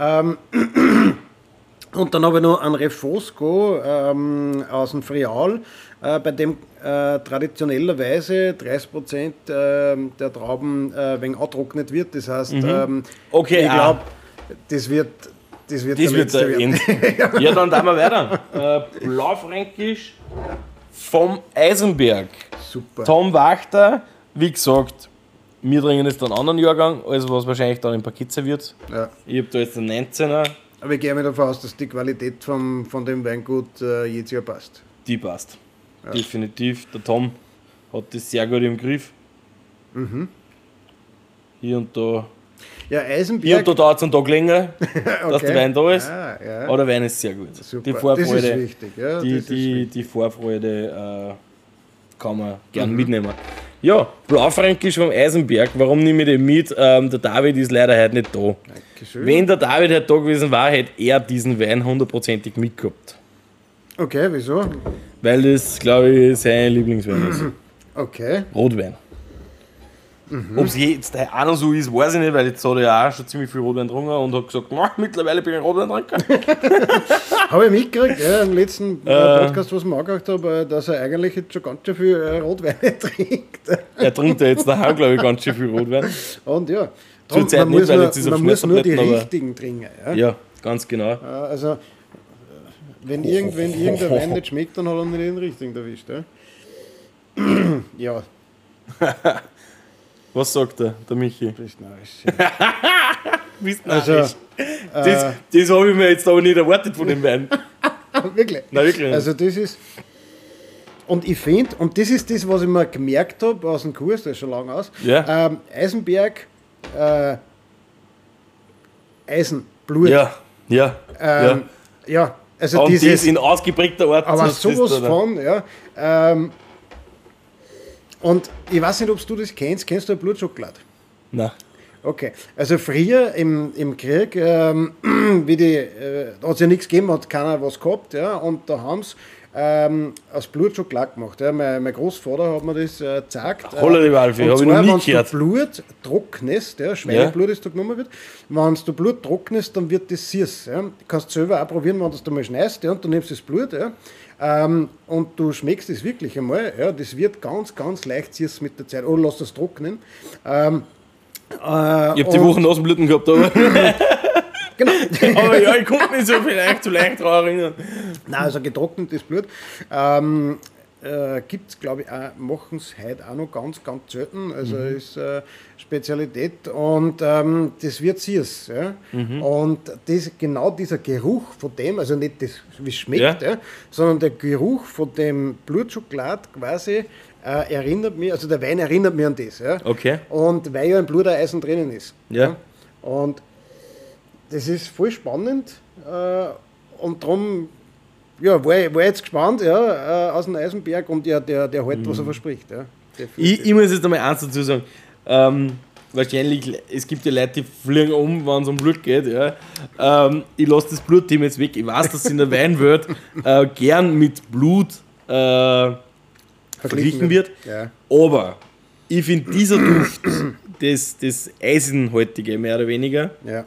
Und dann habe ich noch einen Refosco ähm, aus dem Friaul, äh, bei dem äh, traditionellerweise dreißig Prozent äh, der Trauben äh, wegen antrocknet wird. Das heißt, ähm, Okay, ich ah. glaube, das wird, das wird Das der wird letzte der werden. End. Ja, dann tun wir weiter. Äh, Blaufränkisch vom Eisenberg. Super. Tom Wachter, wie gesagt, wir trinken jetzt einen anderen Jahrgang, also was wahrscheinlich dann im Paket serviert. Ja. Ich habe da jetzt einen neunzehner, Aber ich gehe mal davon aus, dass die Qualität vom, von dem Weingut äh, jedes Jahr passt. die passt. Definitiv. Der Tom hat das sehr gut im Griff. Mhm. Hier und da. Ja, Hier Eisenberg. und da dauert es einen Tag länger, dass der Wein da ist. Ah, ja. Aber der Wein ist sehr gut. Super. Die Das Vorfreude, ist wichtig. Ja, die, das ist die, wichtig. die Vorfreude äh, kann man gern Mhm. mitnehmen. Ja, Blaufränkisch vom Eisenberg. Warum nehme ich den mit? Ähm, der David ist leider heute nicht da. Dankeschön. Wenn der David heute da gewesen war, hätte er diesen Wein hundertprozentig mitgehabt. Okay, wieso? Weil das, glaube ich, sein Lieblingswein ist. Okay. Rotwein. Mhm. Ob es jetzt auch noch so ist, weiß ich nicht, weil jetzt hat er ja auch schon ziemlich viel Rotwein getrunken und hat gesagt, "Na, mittlerweile bin ich ein Rotweintrinker." Habe ich mitgekriegt, ja, im letzten äh, Äh. Podcast, was ich mir angehört habe, äh, dass er eigentlich jetzt schon ganz schön viel äh, Rotweine trinkt. Er trinkt ja jetzt daheim, glaube ich, ganz schön viel Rotwein. Und ja, drum, Zeit man, nicht, muss, weil nur, jetzt ist er man auf muss nur die Schmerztabletten, aber- richtigen trinken. Ja? Ja, ganz genau. Äh, Also, äh, wenn irgendwann irgendein Wein nicht schmeckt, dann hat er nicht den richtigen erwischt. Ja. Ja. Was sagt der, der Michi? Bist narrisch. Ja. Bist Also, narrisch. Das, äh, das habe ich mir jetzt aber nicht erwartet von dem Wein. Wirklich? Nein, wirklich nicht. Also das ist... Und ich finde, und das ist das, was ich mir gemerkt habe aus dem Kurs, der ist schon lange aus, Ja. ähm, Eisenberg, äh, Eisenblut. Ja, ja, Ähm, ja. ja, also Und dieses... das in ausgeprägter Art. Aber das ist sowas da, von, ja. Ähm, und ich weiß nicht, ob du das kennst. Kennst du Blutschokolade? Nein. Okay. Also früher im, im Krieg, ähm, wie die, äh, da hat es ja nichts gegeben, hat keiner was gehabt, ja, und da haben sie ähm, aus Blut Schokolade gemacht. Ja. Mein, mein Großvater hat mir das äh, gezeigt. Holla die Waldfee, Und habe ich zwar, noch nie wenn gehört. du Blut trocknest, ja, Schweineblut, das da genommen wird, wenn du Blut trocknest, dann wird das süß. Ja. Du kannst selber auch probieren, wenn du das mal schneidest, ja, und du nimmst das Blut, ja, ähm, und du schmeckst es wirklich einmal. Ja, das wird ganz, ganz leicht süß mit der Zeit. Oder lass das trocknen. Ähm, äh, Ich habe die Woche Nasenbluten gehabt, aber. Genau. aber ja, ich konnte mich so vielleicht zu leicht daran erinnern. Nein, also getrocknetes Blut. Ähm, äh, gibt es, glaube ich, auch, machen es heute auch noch ganz, ganz selten. Also Mhm. ist äh, Spezialität und ähm, das wird süß. Ja? Mhm. Und das, genau dieser Geruch von dem, also nicht das, wie es schmeckt, Ja. ja, sondern der Geruch von dem Blutschokolade quasi äh, erinnert mich, also der Wein erinnert mich an das. Ja? Okay. Und weil ja ein Bluteisen drinnen ist. Ja. Und das ist voll spannend äh, und darum ja, war, ich, war ich jetzt gespannt ja, äh, aus dem Eisenberg und ja, der, der hält, was er verspricht. Ja. Ich, ich muss jetzt einmal eins dazu sagen. Ähm, wahrscheinlich, es gibt ja Leute, die fliegen um, wenn es um Blut geht. Ja. Ähm, ich lasse das Blutthema jetzt weg. Ich weiß, dass es in der Weinwelt äh, gern mit Blut äh, verglichen wird. Ja. Aber ich finde, dieser Duft, das, das Eisenhaltige mehr oder weniger, Ja.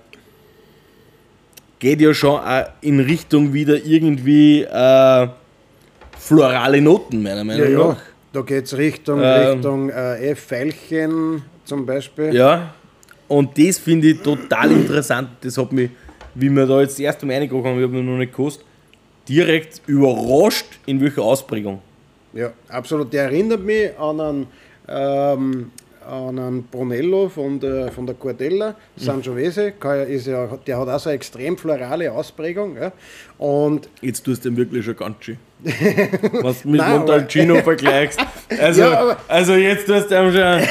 geht ja schon auch in Richtung wieder irgendwie äh, florale Noten, meiner Ja, Meinung ja, nach. da geht es Richtung, Ähm. Richtung äh, F-Veilchen zum Beispiel. Ja, und das finde ich total interessant. Das hat mich, wie wir da jetzt das erste Mal reingegangen haben, ich habe noch nicht gewusst, direkt überrascht, in welcher Ausprägung. Ja, absolut. Der erinnert mich an einen, ähm, an einen Brunello von der, von der Cordella, Sangiovese. Kann ja- ist ja, der hat auch so eine extrem florale Ausprägung. Ja. Und Jetzt tust du den wirklich schon ganz schön. Wenn du mit Nein, aber- Montalcino vergleichst. Also, Ja, aber- also jetzt tust du ihm schon.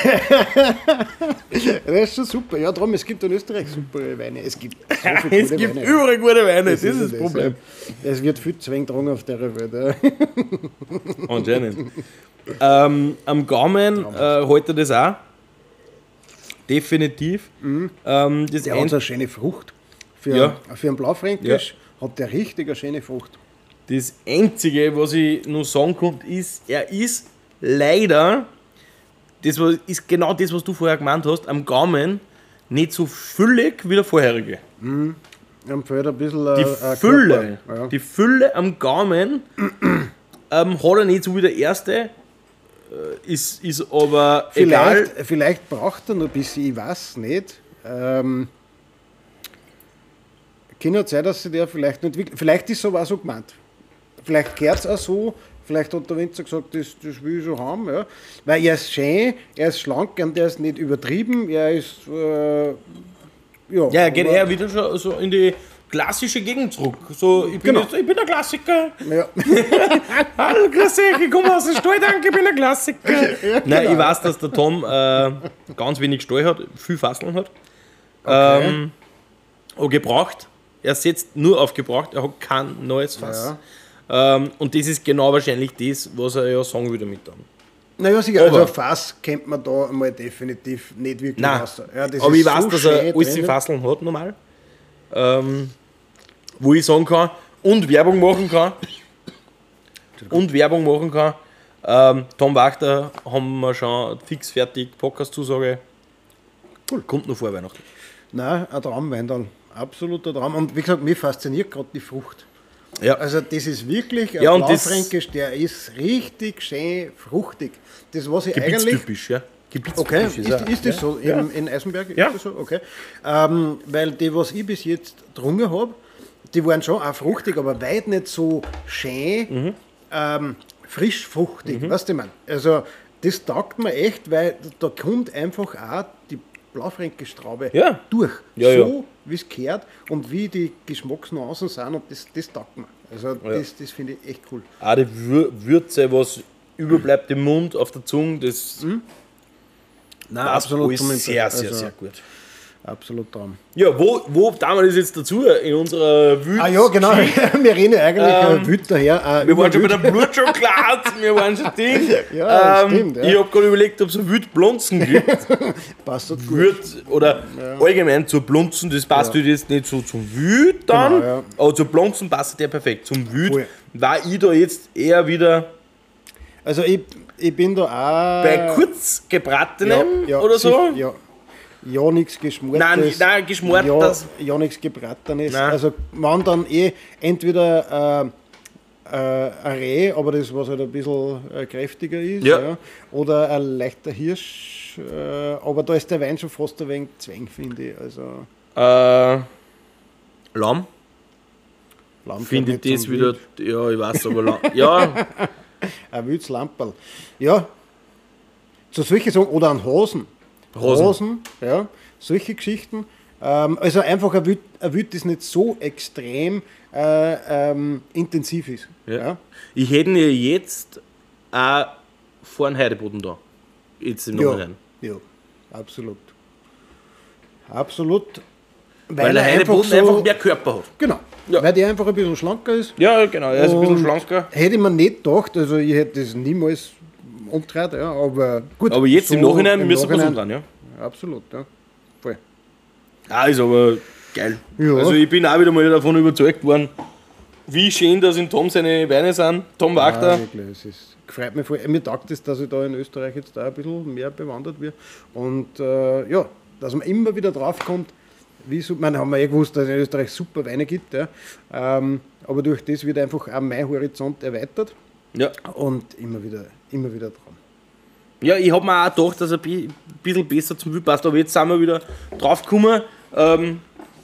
das ist schon super. Ja, darum, es gibt in Österreich super Weine. Es gibt so viele Es gute gibt Weine. überall gute Weine, das, Das ist das ja Problem. Ja. Es wird viel Zwang getrunken auf der Welt. Ja. Anscheinend. ähm, am Gaumen äh, hält er das auch. Definitiv. Ähm, das Der ein- hat so eine schöne Frucht. Für, Ja. für einen Blaufränkisch hat der richtig eine schöne Frucht. Das Einzige, was ich noch sagen konnte, ist, er ist leider, das war, ist genau das, was du vorher gemeint hast, am Gaumen nicht so füllig wie der vorherige. Am fehlt ein bisschen Die äh, äh, Fülle, Körper. Ja. die Fülle am Gaumen ähm, hat er nicht so wie der erste, äh, ist, ist aber egal. Vielleicht, vielleicht braucht er noch ein bisschen, ich weiß nicht. Ähm, kann ja sein, dass sich der vielleicht nicht entwickelt. Vielleicht ist es aber auch so gemeint. Vielleicht gehört es auch so. Vielleicht hat der Winzer gesagt, das, das will ich so haben. Ja. Weil er ist schön, er ist schlank und er ist nicht übertrieben. Er ist. Äh, ja, Ja, er geht aber- eher wieder so, so in die klassische Gegend zurück. So, ich bin, Genau. jetzt, ich bin ein Klassiker. Ja. Hallo, grüß euch, ich komme aus dem Stall, danke, ich bin ein Klassiker. Nein, genau. ich weiß, dass der Tom äh, ganz wenig Stall hat, viel Fasseln hat. Ähm, und gebraucht. Er setzt nur auf gebraucht, er hat kein neues Fass. Ähm, und das ist genau wahrscheinlich das, was er ja sagen will damit dann. Naja, sicher, also Aber- ein Fass kennt man da mal definitiv nicht wirklich Nein, raus. Ja, das aber ist ich weiß, so dass er schön alles in drinnen. Fasseln hat, normal. Ähm, wo ich sagen kann und Werbung machen kann. Und Werbung machen kann. Ähm, Tom Wachter haben wir schon fix fertig, Podcast-Zusage. Cool. Kommt noch vor Weihnachten. Nein, ein Traumwein dann. Absoluter Traum. Und wie gesagt, mich fasziniert gerade die Frucht. Ja. Also das ist wirklich ein Ja, und das- Blaufränkisch, der ist richtig schön fruchtig. Das, was ich eigentlich... Gebietstypisch, ja. Okay, Gebietstypisch ist, er. ist das so Ja. in, in Eisenberg? Ja. Ist das so? Okay. Ähm, weil die, was ich bis jetzt getrunken habe, die waren schon auch fruchtig, aber weit nicht so schön, Mhm. ähm, frisch fruchtig, weißt du, ich mein? Also das taugt mir echt, weil da kommt einfach auch die Blaufränkisch-Traube Ja. durch. Ja, so, ja. wie es gehört und wie die Geschmacksnuancen sind und das, das taugt mir. Also das, das finde ich echt cool. Auch die Wür- Würze, was überbleibt im Mund, auf der Zunge, das Nein, passt alles zum sehr, sehr, also, sehr gut. Absolut Traum. Ja, wo, wo damals jetzt dazu in unserer Wütz? Ah ja, genau. Wir reden ja eigentlich Ähm, ähm, Wüt daher. Äh, Wir über waren schon bei Wüt. der Blutschokolade, wir waren schon Ding. Ja, ähm, stimmt, ja. Ich habe gerade überlegt, ob es so Wütblonzen gibt. Passt das gut. Wüt oder allgemein zu Blunzen, das passt Ja. halt jetzt nicht so zum Wüt dann, Genau, ja. aber zu Blunzen passt der perfekt. Zum Wüt Voll. war ich da jetzt eher wieder Also ich, ich bin da auch... bei kurz gebratenem oder so. sicher, Ja, ja nichts Geschmortes. Nein, nein, Geschmortes. Ja, ja nichts Gebratenes. Nein. Also man dann eh entweder äh, äh, ein Reh, aber das was halt ein bisschen äh, kräftiger ist, Ja. ja. Oder ein leichter Hirsch, äh, aber da ist der Wein schon fast ein wenig zwäng, finde ich. Also Äh, Lamm, Lamm finde ich gehört das nicht zum wieder, Wild. ja, ich weiß, aber Lamm, ja, Ein wildes Lamperl. Ja, zu solche Sachen, oder an Hasen. Hasen. ja, solche Geschichten. Ähm, also einfach ein Wild, ein Wild, das nicht so extrem äh, ähm, intensiv ist. Ja. Ja. Ich hätte ihn ja jetzt auch vor dem Heideboden da. Jetzt im Ja, Nachhinein. ja, absolut. Absolut. Weil der er Heideboden so- einfach mehr Körper hat. Genau, Ja. weil der einfach ein bisschen schlanker ist. Ja, genau, er ist ein bisschen Und schlanker. Hätte ich mir nicht gedacht, also ich hätte das niemals umgedreht, ja, aber gut. Aber jetzt im Nachhinein im müssen wir es Nachhinein- umdrehen, ja. Absolut, ja. Voll. Ah, ist aber geil. Ja. Also ich bin auch wieder mal davon überzeugt worden, wie schön, dass in Tom seine Weine sind. Tom Ja, Wachter. wirklich, es ist, gefreut mich voll. Mir taugt es, dass ich da in Österreich jetzt da ein bisschen mehr bewandert wird. Und äh, ja, dass man immer wieder draufkommt, wie so, man haben wir eh gewusst, dass es in Österreich super Weine gibt, ja. ähm, aber durch das wird einfach auch mein Horizont erweitert Ja. und immer wieder, immer wieder dran. Ja, ich habe mir auch gedacht, dass er ein bi- bisschen besser zum Wild passt, aber jetzt sind wir wieder drauf gekommen, ähm,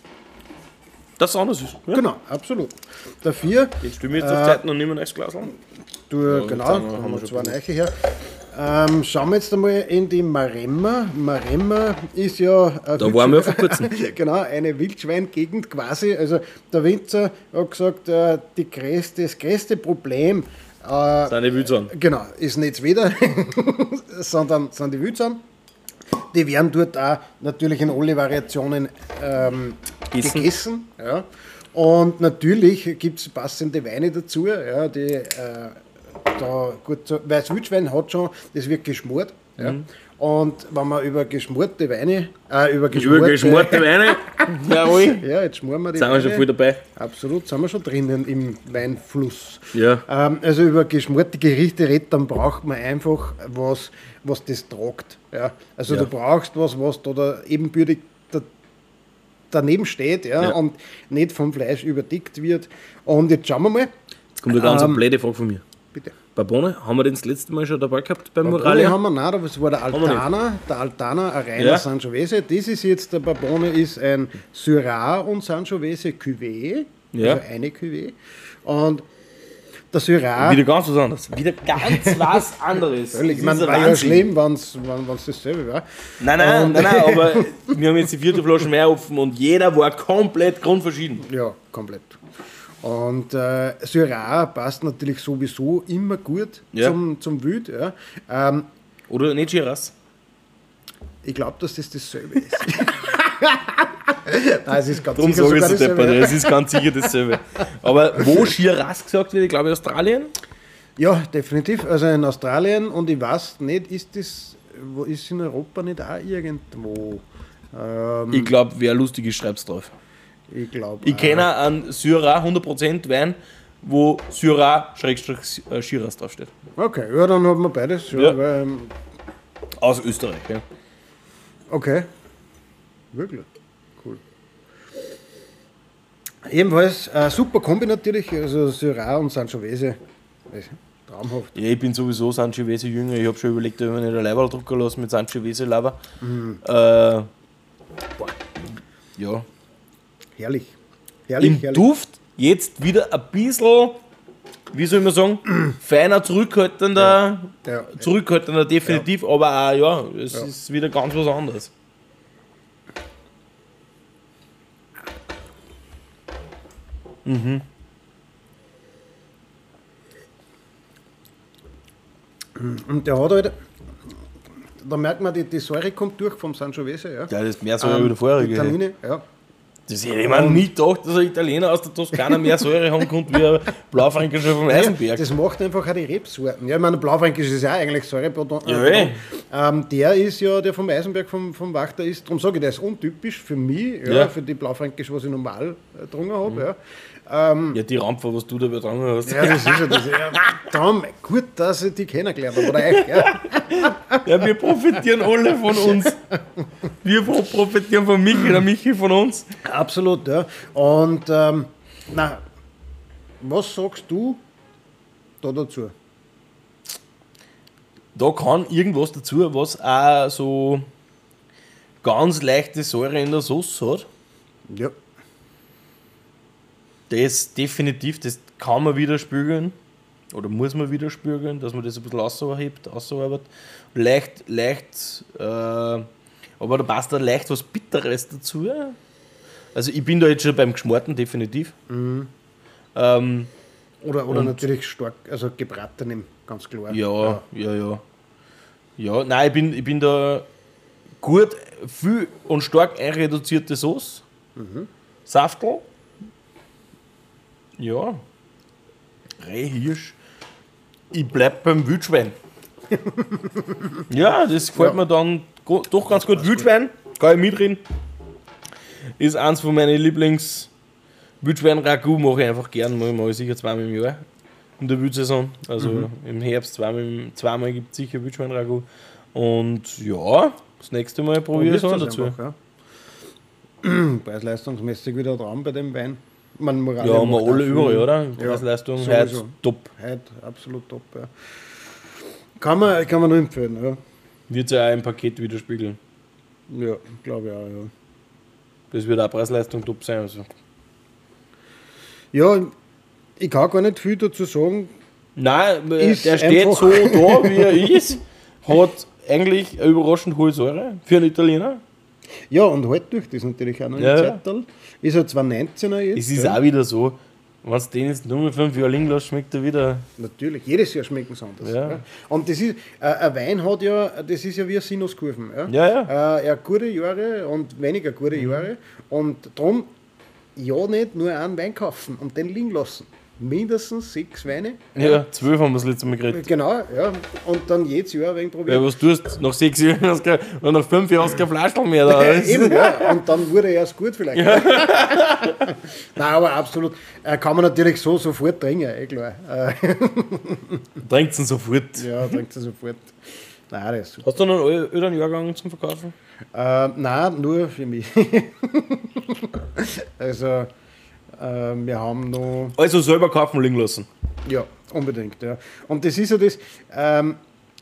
dass es anders ist. Ja? Genau, absolut. Dafür, Jetzt stellen wir jetzt auf Zeit und nehmen ein neues Glas an. du, Ja, genau, jetzt haben wir- da haben haben wir wir schon zwei Neiche her. Ähm, schauen wir jetzt einmal in die Maremma. Maremma ist ja eine Da waren wir vor kurzem. genau, eine Wildschweingegend quasi. Also der Winzer hat gesagt, äh, die größte, das größte Problem äh, Sind die Wildsahn. genau, ist nicht das Wetter, sondern sind die Wildschweine. Die werden dort auch natürlich in alle Variationen ähm, Gegessen. gegessen. Ja. Und natürlich gibt es passende Weine dazu, ja, die äh, da gut so, weil das Wildschwein hat schon, das wird geschmort. Ja. Mhm. Und wenn man über geschmorte Weine, äh, über Über geschmorte, geschmorte Weine. Jawohl. ja, jetzt schmoren wir die Sind wir schon voll dabei. Absolut, sind wir schon drinnen im Weinfluss. Ja. Ähm, also über geschmorte Gerichte redet, dann braucht man einfach was, was das tragt. Ja. Also Ja. du brauchst was, was da, da ebenbürtig da, daneben steht, ja, Ja. und nicht vom Fleisch überdeckt wird. Und jetzt schauen wir mal. Jetzt kommt eine ganz Ähm, blöde Frage von mir. Bitte. Barbone, haben wir den das letzte Mal schon dabei gehabt beim Barbone Moralia? haben wir nicht, aber es war der wir nicht. Altana, der Altana, ein reiner Ja. Sangiovese. Das ist jetzt, der Barbone ist ein Syrah und Sangiovese Cuvée, Ja. also eine Cuvée. Und der Syrah, Wieder ganz was anderes. Wieder ganz was anderes. völlig, Das man ist ein war ja Wahnsinn. schlimm, wenn es dasselbe war. Nein, nein, Und- nein, nein, aber wir haben jetzt die vierte Flasche mehr offen und jeder war komplett grundverschieden. Ja, komplett. Und äh, Syrah passt natürlich sowieso immer gut Ja. zum, zum Wild. Ja. Ähm, Oder nicht Shiraz? ich glaube, dass das dasselbe ist. Nein, es ist ganz Darum sicher sage ich sogar so dasselbe. deppert, es ist ganz sicher dasselbe. Aber wo Shiraz gesagt wird, ich glaube Australien? Ja, definitiv. Also in Australien und ich weiß nicht, ist das, wo ist in Europa nicht auch irgendwo? Ähm, Ich glaube, wer lustig ist, schreibt es drauf. ich glaube. Ich kenne einen Syrah hundert Prozent Wein, wo Syrah Schrägstrich äh, Shiraz draufsteht. Okay, ja, dann haben wir beides. Ja, Ja. Weil, ähm, Aus Österreich, ja. okay. Wirklich. Cool. Ebenfalls äh, super Kombi natürlich, also Syrah und Sangiovese. Also, traumhaft. Ja, ich bin sowieso Sangiovese Jünger. Ich habe schon überlegt, ob ich mir nicht ein Leiberl drucken lassen mit Sangiovese Lava. Mhm. Äh, boah. Ja, Herrlich. Herrlich, im herrlich. Duft jetzt wieder ein bisschen, wie soll man sagen, feiner, zurückhaltender, Ja. Ja. zurückhaltender definitiv, aber auch, ja, es Ja. ist wieder ganz was anderes. Und der hat halt, da merkt man, die, die Säure kommt durch vom Sangiovese. Ja, Ja, das ist mehr Säure wie der vorherige. Die Tannine, ja. Das hätte ich mir nie gedacht, dass ein Italiener aus der Toskana mehr Säure haben konnte wie ein Blaufränkischer vom Eisenberg. Das macht einfach auch die Rebsorten. Ja, ich meine, der Blaufränkisch ist ja auch eigentlich Säurebetont. Ja, eh. ähm, der ist ja, der vom Eisenberg, vom, vom Wachter ist, darum sage ich, der ist untypisch für mich, ja, Ja. für die Blaufränkisch, was ich normal äh, getrunken habe. Mhm. Ja. Ja, die Rampfer, was du da dran hast. Ja, das ist ja das. Ja, darum, gut, dass ich die kennengelernt habe. Oder euch, ja. Ja, wir profitieren alle von uns. Wir profitieren von Michi, der Michi von uns. Absolut, ja. Und ähm, na, was sagst du da dazu? Da kann irgendwas dazu, was auch so ganz leichte Säure in der Sauce hat. Ja. Das definitiv, das kann man wieder spügeln. Oder muss man wieder spügeln, dass man das ein bisschen raushebt, rausarbeitet. Leicht, leicht, äh, aber da passt da leicht was Bitteres dazu. Also ich bin da jetzt schon beim Geschmorten, definitiv. Mhm. Ähm, Oder, oder Und- natürlich stark, also gebratenem, ganz klar. ja, ja, ja. Ja, nein, ich bin, ich bin da gut, viel und stark einreduzierte Sauce. Saftel. Ja. Rehhirsch. Ich bleib beim Wildschwein. Ja, das gefällt Ja. mir dann go- doch ganz gut. Wildschwein, kann ich mitreden. Ist eins von meinen Lieblings- Wildschwein-Ragout mache ich einfach gern, mache ich mache ich sicher zweimal im Jahr in der Wildsaison. Also im Herbst zweimal, zweimal gibt es sicher Wildschwein-Ragout. Und ja, das nächste Mal probiere ich es auch Probierst dazu. das einfach, ja. Preis-leistungsmäßig wieder dran bei dem Wein. Man, Moralia Ja, haben wir macht alle auch überall, viel. oder? Ja, Preis-Leistung, sowieso. heute top. Heute absolut top, ja. Kann man, kann man nur empfehlen, ja. Wird sich auch im Paket widerspiegeln. Ja, glaube ich auch, ja. Das wird auch Preis-Leistung top sein. Also. Ja, ich kann gar nicht viel dazu sagen. Nein, äh, Ist der steht einfach- so da, wie er ist. Hat eigentlich eine überraschend hohe Säure für einen Italiener. Ja, und halt durch das natürlich auch noch Ja, ein ja. Zettel. Ist er zwar neunzehner jetzt. Es ist ja. auch wieder so, wenn du den jetzt nur mit fünf Jahren liegen lässt, schmeckt er wieder. Natürlich, jedes Jahr schmecken sie anders. Ja. Ja. Und das ist, äh, ein Wein hat ja, das ist ja wie eine Sinuskurven. Ja? Ja, ja. Äh, er hat gute Jahre und weniger gute Jahre. Und darum ja nicht nur einen Wein kaufen und den liegen lassen. Mindestens sechs Weine. Ja, zwölf haben wir das letzte Mal geredet. Genau, ja. Und dann jedes Jahr ein wenig Ja, probieren. was tust du? Nach sechs Jahren hast du kein, oder nach fünf Jahren hast du kein Flaschel mehr da. Ja, eben, ja. Und dann wurde er erst gut vielleicht. Nein, aber absolut. Äh, kann man natürlich so sofort trinken, eh klar. Äh, Trinkt ihn sofort. ja, trinkt er sofort. Nein, das ist super. Hast du noch einen öden Jahrgang zum Verkaufen? Äh, nein, nur für mich. also, äh, wir haben noch. Also selber kaufen und liegen lassen. Ja, unbedingt. Ja. Und das ist ja das. Ähm,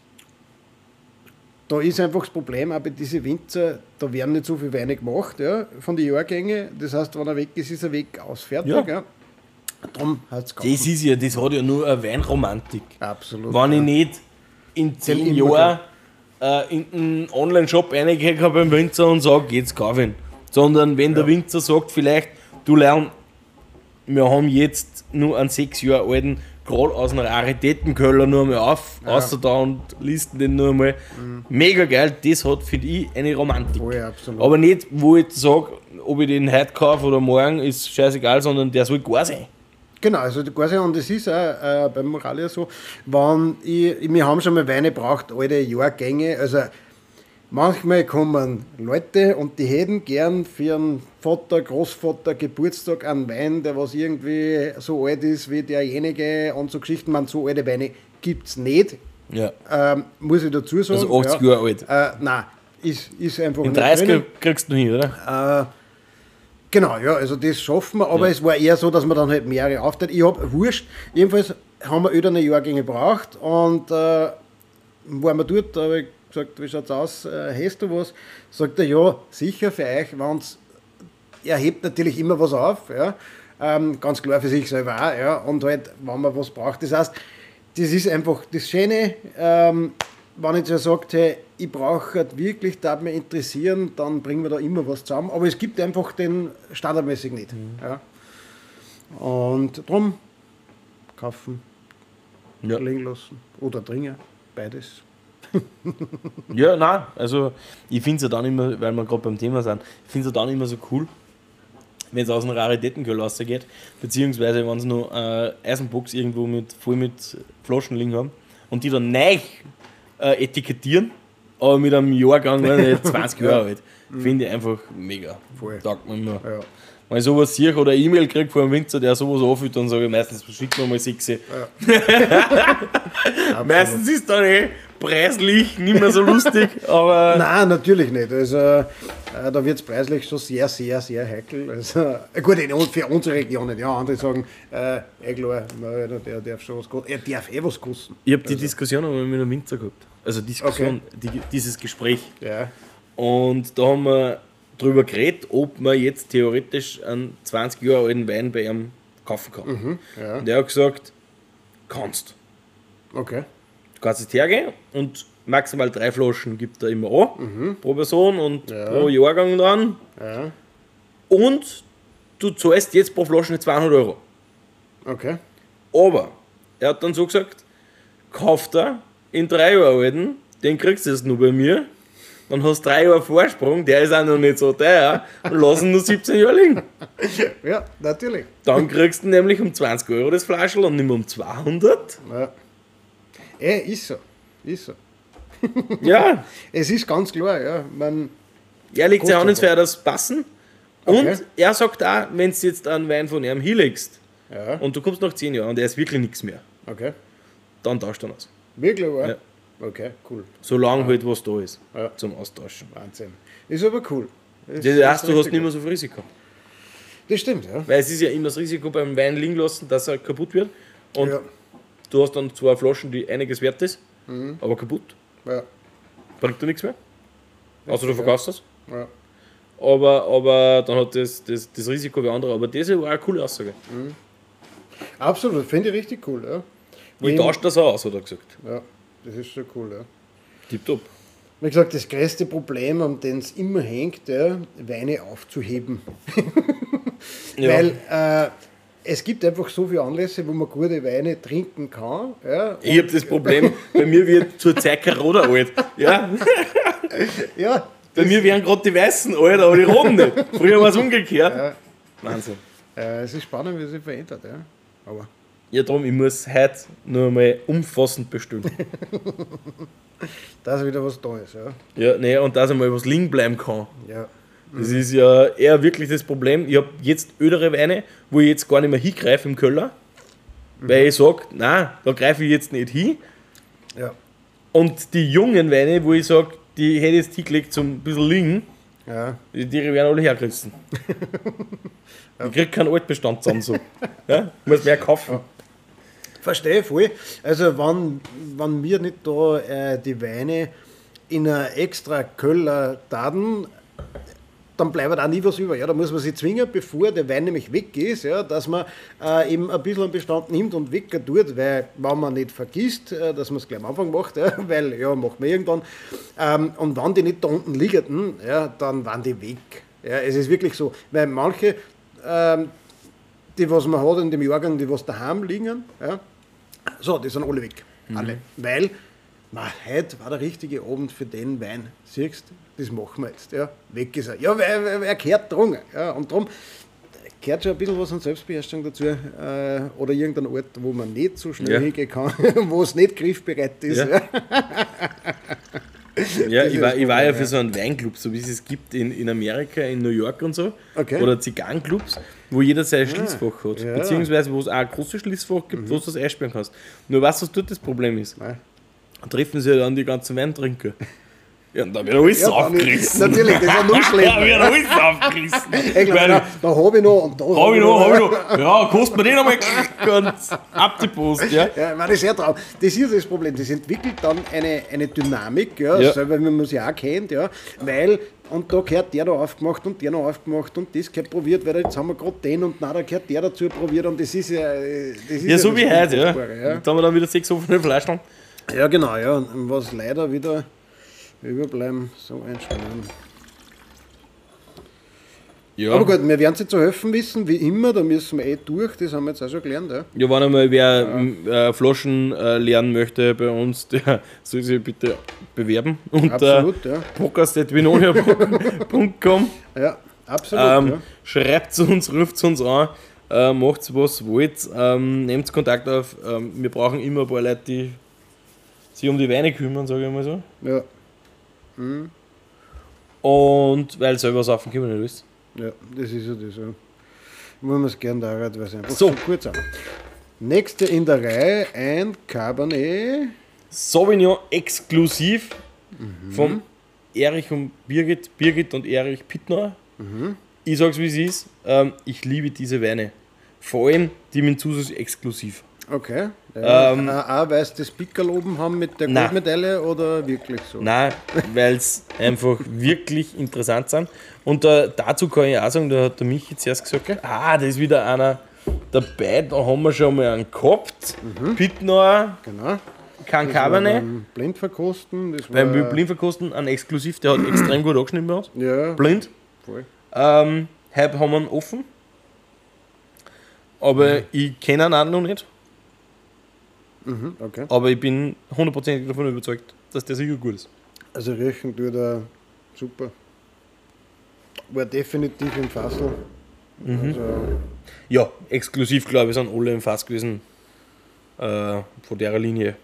da ist einfach das Problem, auch bei diesen Winzer, da werden nicht so viele Weine gemacht, ja, von den Jahrgängen. Das heißt, wenn er weg ist, ist er weg, aus, fertig. Ja. Ja. Darum hat es Das ist ja, das hat ja nur eine Weinromantik. Absolut. Wenn ja. ich nicht in zehn immer Jahren äh, in einen Online-Shop reingehe beim Winzer und sage, jetzt kauf ihn. Sondern wenn der Winzer sagt, vielleicht, du lern, wir haben jetzt nur einen sechs Jahre alten, gerade aus einer Raritätenkeller nur mal auf, Ja. außer da und listen den nur mal. Mega geil, das hat, finde ich, eine Romantik. Voll, absolut. Aber nicht, wo ich sage, ob ich den heute kaufe oder morgen, ist scheißegal, sondern der soll gar sein. Genau, also quasi, und es ist auch äh, beim Moralia so, wenn ich, wir haben schon mal Weine braucht, alte Jahrgänge, also manchmal kommen Leute und die hätten gern für einen Vater, Großvater, Geburtstag einen Wein, der was irgendwie so alt ist wie derjenige und so Geschichten, man so alte Weine gibt es nicht, Ja. ähm, muss ich dazu sagen. Also achtzig Jahre alt. Äh, nein, ist, ist einfach In nicht dreißiger drinnen. kriegst du noch hin, oder? Genau, ja, also das schaffen wir, aber Ja. es war eher so, dass man dann halt mehrere aufteilt. Ich habe wurscht, jedenfalls haben wir öderne Jahrgänge gebraucht und äh, waren wir dort, da habe ich gesagt, wie schaut's aus, äh, hast du was? Sagt er, ja, sicher für euch, wenn es er hebt natürlich immer was auf, ja. Ähm, ganz klar für sich selber auch, ja. Und halt, wenn man was braucht. Das heißt, das ist einfach das Schöne, ähm, wenn ich so sagt, hey, ich brauche halt wirklich, das mich interessieren, dann bringen wir da immer was zusammen. Aber es gibt einfach den standardmäßig nicht. Mhm. Ja. Und darum kaufen, Ja. liegen lassen oder trinken, beides. Ja, nein, also ich finde es ja dann immer, weil wir gerade beim Thema sind, ich finde es ja dann immer so cool, wenn es aus einem Raritätenkeller rausgeht, beziehungsweise wenn sie noch eine Eisenbox irgendwo mit, voll mit Flaschen liegen haben und die dann neu äh, etikettieren, aber mit einem Jahrgang, weiß nicht, zwanzig Jahre alt. Finde ich einfach mega. Voll. Sagt man immer. Ja. Wenn ich sowas sehe oder eine E-Mail kriege von einem Winzer, der sowas anfühlt, dann sage ich meistens, schick mir mal sechs. Ja. Meistens ist dann eh preislich nicht mehr so lustig, aber... Nein, natürlich nicht. Also, äh, da wird es preislich schon sehr, sehr, sehr heikel. Also, äh, gut, in, für unsere Region nicht. Ja, andere sagen, äh, eh klar, na, der darf schon was kosten. Er darf eh was kosten. Ich habe die Diskussion einmal mit einem Winzer gehabt. Also Diskussion, die, dieses Gespräch. Ja. Und da haben wir drüber geredet, ob man jetzt theoretisch einen zwanzig Jahre alten Wein bei ihm kaufen kann. Mhm, ja. Und der hat gesagt, kannst. Okay. Du kannst jetzt hergehen und maximal drei Flaschen gibt er immer an, Mhm. pro Person und Ja. pro Jahrgang dran. Ja. Und du zahlst jetzt pro Flasche zweihundert Euro. Okay. Aber er hat dann so gesagt, kauft er in drei Jahren alten, den kriegst du jetzt nur bei mir. Dann hast du drei Jahre Vorsprung, der ist auch noch nicht so teuer und lass ihn nur siebzehn Jahre liegen. Ja, natürlich. Dann kriegst du nämlich um zwanzig Euro das Flaschel und nicht mehr um zweihundert. Ja. Eh, ist so. Ist so. Ja, Es ist ganz klar, ja. Man, er legt sich Kostet an ins Feuer, das passen. Und Okay. er sagt auch, wenn du jetzt einen Wein von ihm hinlegst ja. und du kommst nach zehn Jahren und er ist wirklich nichts mehr, Okay. dann tauscht er ihn aus. Wirklich, wahr? Ja. Okay, cool. Solange halt was da ist Ja. zum Austauschen. Wahnsinn. Ist aber cool. Das heißt, du hast richtig nicht mehr gut. so viel Risiko. Das stimmt, ja. Weil es ist ja immer das Risiko beim Wein liegen lassen, dass er kaputt wird. Und Ja. du hast dann zwei Flaschen, die einiges wert ist, Mhm. aber kaputt. Ja. Bringt dir nichts mehr. Außer du verkaufst das. Ja. Aber, aber dann hat das, das, das Risiko wie andere. Aber das war eine coole Aussage. Absolut, finde ich richtig cool, ja. Ich tausche das auch aus, hat er gesagt. Ja, das ist schon cool, ja. Tipptopp. Wie gesagt, das größte Problem, an dem es immer hängt, ja, Weine aufzuheben. Ja. Weil äh, es gibt einfach so viele Anlässe, wo man gute Weine trinken kann. Ja, Ich habe das Problem, bei mir wird zur Zeit kein Roter alt. Ja? ja, Bei mir werden gerade die Weißen alt, aber die Roten nicht. Früher war es umgekehrt. ja, Wahnsinn. äh, es ist spannend, wie es sich verändert. Ja. Aber Ja, darum, ich muss heute nur mal umfassend bestellen. dass wieder was da ist. Ja. Ja, nee, und dass einmal was liegen bleiben kann. Ja. Das ist ja eher wirklich das Problem. Ich habe jetzt ödere Weine, wo ich jetzt gar nicht mehr hingreife im Keller, weil ich sage, nein, da greife ich jetzt nicht hin. Ja. Und die jungen Weine, wo ich sage, die hätte ich jetzt hingelegt zum ein bisschen liegen, Ja. die, die werden alle hergerissen. Ich kriege keinen Altbestand zusammen so. Ja? Ich muss mehr kaufen. Verstehe ich voll. Also wenn, wenn wir nicht da äh, die Weine in einer extra Köller taten, dann bleibt auch nie was über. Ja, da muss man sich zwingen, bevor der Wein nämlich weg ist, ja, dass man äh, eben ein bisschen einen Bestand nimmt und weg tut, weil wenn man nicht vergisst, äh, dass man es gleich am Anfang macht, ja, weil ja, macht man irgendwann. Ähm, und wenn die nicht da unten liegen, ja, dann waren die weg. Ja, es ist wirklich so, weil manche, ähm, die was man hat in dem Jahrgang, die was daheim liegen, ja, so, die sind alle weg. Alle. Weil, na, heute war der richtige Abend für den Wein. Siehst du, das machen wir jetzt. Ja, weg ist er. Ja, weil, weil er gehört drungen. Ja, und darum gehört schon ein bisschen was an Selbstbeherrschung dazu. Äh, oder irgendein Ort, wo man nicht so schnell Ja. hingehen kann, wo es nicht griffbereit ist. Ja. Ja. Ja, Das ich ist war, ich war ja Problem, für so einen Weinclub, so wie es es gibt in, in Amerika, in New York und so. Okay. Oder Zigarrenclubs, wo jeder sein Schließfach hat. ja. Beziehungsweise wo es auch ein großes Schließfach gibt, wo du das einsperren kannst. Nur weißt du, was dort das Problem ist? Nein. Da treffen sie ja dann die ganzen Weintrinker. Ja, und dann wird alles Ja, dann aufgerissen. ist- natürlich, das ist ja noch Da schlimmer. wird alles aufgerissen. Ich glaube, Weil- da, da habe ich noch und da Hab ich noch, hab ich noch. Ja, kostet mir den einmal ganz ab die Post, ja. Ja, ich meine, das ist sehr traurig. Das ist das Problem. Das entwickelt dann eine, eine Dynamik, ja, Ja. selber wie man es ja auch kennt, ja, weil, und da gehört der da aufgemacht und der noch aufgemacht und das gehört probiert, weil jetzt haben wir gerade den und na, da gehört der dazu probiert und das ist ja. Das ist Ja, so das wie heute, ja. Unfassbare, ja. Jetzt haben wir dann wieder sechs offene Fleischl. Ja, genau, ja. Und was leider wieder überbleiben, so einschneiden. Ja. Aber gut, wir werden sie zu helfen wissen, wie immer, da müssen wir eh durch, das haben wir jetzt auch schon gelernt. Ja. Ja, wenn einmal wer m, äh, Flaschen äh, lernen möchte bei uns, der soll sich bitte bewerben unter Absolut, ja. podcast at vinonia punkt com. Ja, absolut. Ähm, ja. Schreibt zu uns, ruft uns an, äh, macht was wollt, ähm, nehmt Kontakt auf. Ähm, wir brauchen immer ein paar Leute, die sich um die Weine kümmern, sage ich mal so. Ja, Und weil selber saufen können wir nicht alles. ja, das ist ja das. Ja. Wollen wir es gerne da rein, weil es einfach So. so kurz an. Nächste in der Reihe, ein Cabernet. Sauvignon exklusiv vom Erich und Birgit, Birgit und Erich Pittner. Ich sag's wie es ist, ähm, ich liebe diese Weine. Vor allem die mit Zusatz exklusiv. Okay. Ja. Ähm, auch, auch weil sie das Pickerl oben haben mit der Nein. Goldmedaille oder wirklich so? Nein, weil es einfach wirklich interessant sind. Und äh, dazu kann ich auch sagen, da hat der Michi zuerst gesagt, ah, da ist wieder einer dabei, da haben wir schon mal einen gehabt. Pittner, Genau. kein Das war Cabernet. beim Blindverkosten. Das war, Beim Blindverkosten ein Exklusiv, der hat extrem gut angeschnitten bei uns. Ja, Blind. voll. Ähm, heute haben wir ihn offen. Aber ich kenne ihn auch noch nicht. Mhm, okay. Aber ich bin hundertprozentig davon überzeugt, dass der sicher gut ist. Also riechen tut er super. War definitiv im Fassel. Also, Ja, exklusiv, glaube ich, sind alle im Fass gewesen. Äh, von der Linie.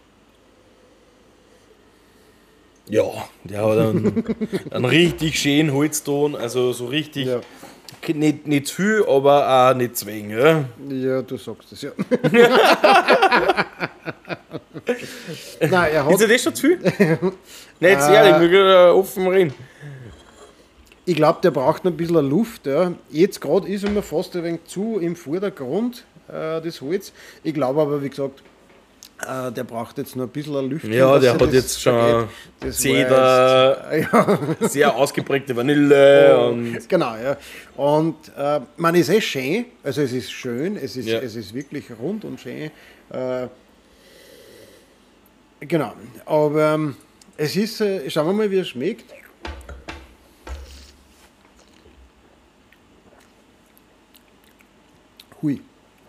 Ja, der hat einen, einen richtig schönen Holzton, also so richtig, ja. nicht, nicht zu viel, aber auch nicht zu wenig. Ja. ja, du sagst es ja. Nein, er Ist hat, ja das schon zu viel? Nicht sehr ehrlich, wir können äh, offen reden. ich glaube, der braucht noch ein bisschen Luft. Ja. Jetzt gerade ist er mir fast ein wenig zu im Vordergrund, äh, das Holz. Ich glaube aber, wie gesagt, äh, der braucht jetzt noch ein bisschen Lüftung. Ja, dass der er hat das jetzt schon vergeht. Das war Zeder, jetzt- ja. sehr ausgeprägte Vanille und Genau, ja. Und äh, man ist eh schön, also es ist schön, es ist, Ja. es ist wirklich rund und schön. Äh, genau, aber ähm, es ist, äh, schauen wir mal, wie es schmeckt. Hui.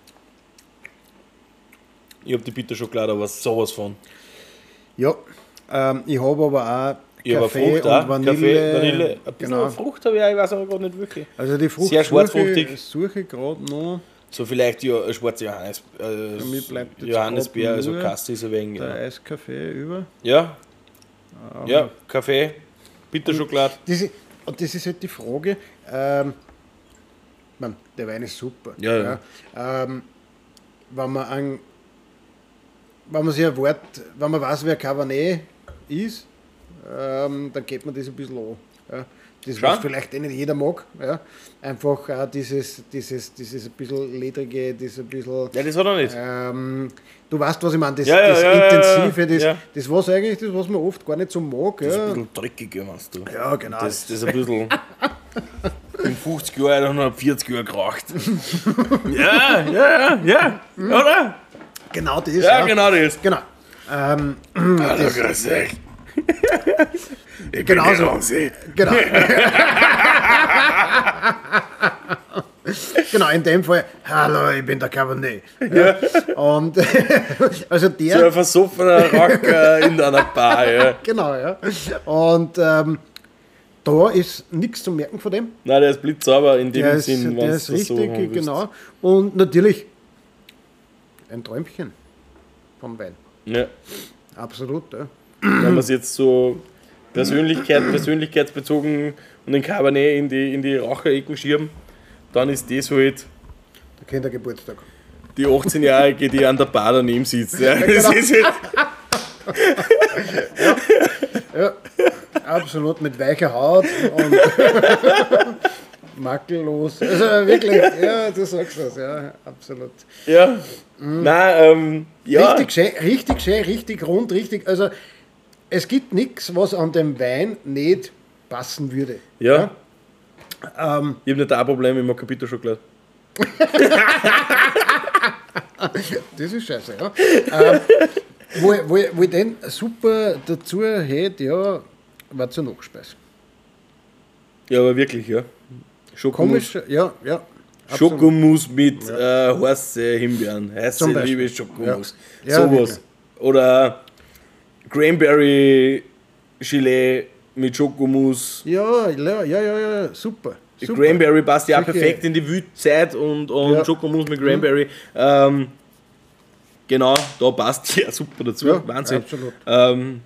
ich habe die Bitterschokolade, aber sowas von. Ja, ähm, ich habe aber auch Ich habe Kaffee Frucht und auch, Vanille. Kaffee, Vanille. Ein bisschen Genau. Frucht habe ich auch, ich weiß aber gerade nicht wirklich. Also die Frucht Sehr suche, schwarzfruchtig. suche gerade noch. So vielleicht ja, ein schwarzer Johannes, mir äh, bleibt jetzt Johannisbeer, grad also nur Kasse ist ein wenig. Der Ja, Eiskaffee über. ja. ja Kaffee, Bitterschokolade. Das ist, und das ist halt die Frage, ähm, man, der Wein ist super. Ja, ja. Ähm, wenn man an, wenn man sich erwartet, wenn man weiß, wer Cabernet ist, ähm, dann geht man das ein bisschen an. Ja. Das, Klar. was vielleicht eh nicht jeder mag. Ja. Einfach auch dieses, dieses, dieses ein bisschen ledrige, das ein bisschen. Ja, das hat er nicht. Ähm, du weißt, was ich meine, das, Ja, ja, das ja, ja, Intensive, das, ja. das was eigentlich das, was man oft gar nicht so mag. Das ist Ja, ein bisschen dreckiger, meinst du? ja genau. Das, das ist ein bisschen. In fünfzig Jahren und vierzig Jahren geraucht. ja, ja, ja, ja, oder? Genau das. Ja, genau das. Genau. Ähm, Hallo, grüß dich. Ich Genau bin so. der Rosi. genau. Genau, in dem Fall, hallo, ich bin der Cabernet. Ja. Und also So der, ein versoffener Rocker in einer Bar, ja. genau, ja. Und ähm, da ist nichts zu merken von dem. Nein, der ist blitzsauber in dem Der ist, Sinn, der wenn ist du das so richtig, haben willst. genau. Und natürlich ein Träumchen vom Wein. Ja. Absolut, ja. Wenn man es jetzt so Persönlichkeit, persönlichkeitsbezogen und den Cabernet in die, in die Raucherecken schieben, dann ist das halt Der Kindergeburtstag. die achtzehnjährige, die an der Bar daneben sitzt. Ja. Das genau. ist halt, Ja, absolut mit weicher Haut und makellos. Also wirklich, ja, du sagst das, ja, absolut. Ja. Mhm. Nein, ähm, ja. Richtig schön, richtig schön, richtig rund, richtig. Also es gibt nichts, was an dem Wein nicht passen würde. Ja. ja? Ähm, ich habe nicht ein Problem, ich mag kein Bitterschokolade. Das ist scheiße, ja. ähm, wo, wo, wo ich den super dazu hätte, ja, war zur Nachspeise. Ja, aber wirklich, ja. Schokomus. Komisch, ja, ja. Schokomus mit ja. äh, heiße Himbeeren, heiße liebe Schokomus. Ja. Ja, sowas. wirklich. Oder Cranberry Gelee mit Schokomus. Ja, ja, ja, ja, ja, super. super. Cranberry passt ja auch Solche, perfekt in die Wützeit und, und ja. Schokomus mit Cranberry. Mhm. Ähm, genau, da passt ja super dazu. Ja, Wahnsinn. Absolut. Ähm,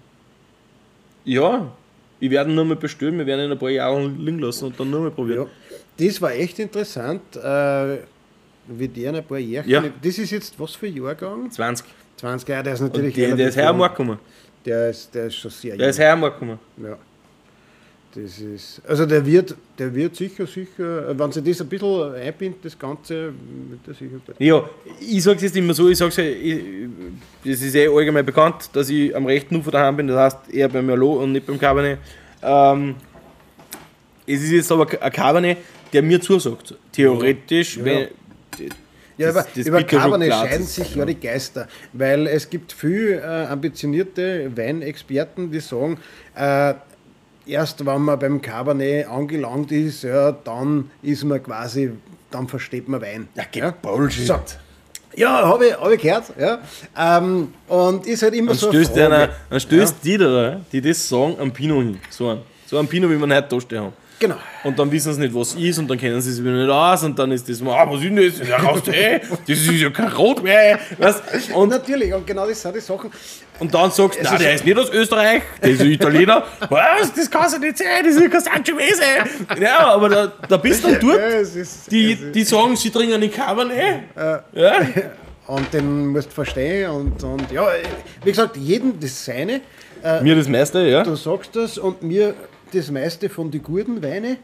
ja, ich werde ihn nur mal bestellen, wir werden ihn ein paar Jahre liegen lassen und dann nur mal probieren. Ja. Das war echt interessant. Äh, wie der ein paar Jahre. Ja. Das ist jetzt was für ein Jahrgang? zwanzig. zwanzig Jahre, der ist natürlich. Der, der ist heuer am Markt gekommen. Der ist, der ist schon sehr Der jung. ist heuer am Markt gekommen. Ja. Das ist, also der wird, der wird sicher, sicher, wenn sich das ein bisschen einbindet, das Ganze, wird der sicher. Ja, ich sage es jetzt immer so, ich sage es, das ist eh allgemein bekannt, dass ich am rechten Ufer daheim bin, das heißt eher beim Merlot und nicht beim Cabernet. Ähm, es ist jetzt aber ein Cabernet, der mir zusagt. Theoretisch, ja. wenn, Ja, das, aber das über Cabernet Schokolade scheiden sich ja die Geister, weil es gibt viele äh, ambitionierte Weinexperten, die sagen, äh, erst wenn man beim Cabernet angelangt ist, ja, dann ist man quasi, dann versteht man Wein. Ja, ja? Bullshit. So. Ja, habe ich, hab ich gehört. Ja. Ähm, und ist halt immer dann so stößt eine Frage. einer, Dann stößt ja. die da, die das sagen, am Pinot hin. So ein, so ein Pinot, wie wir heute da stehen haben. Genau. Und dann wissen sie nicht, was ist, und dann kennen sie es wieder nicht aus, und dann ist das mal, ah, was ist denn das? Ja, raus, ey, das ist ja kein Rotwein. Weißt? Und, natürlich, und genau das sind die Sachen. und dann sagst du, nein, der ist nicht aus Österreich, der ist ein Italiener. Was? Das kann ja nicht sein, das ist kein Sangiovese. Ja, aber da, da bist du dann dort. Ja, es ist, die, es ist, die sagen, sie trinken einen Cabernet. Äh, ja. Und den musst du verstehen. Und, und ja, wie gesagt, jedem das Seine. Äh, mir das meiste, ja. Du sagst das, und mir das meiste von den guten Weinen.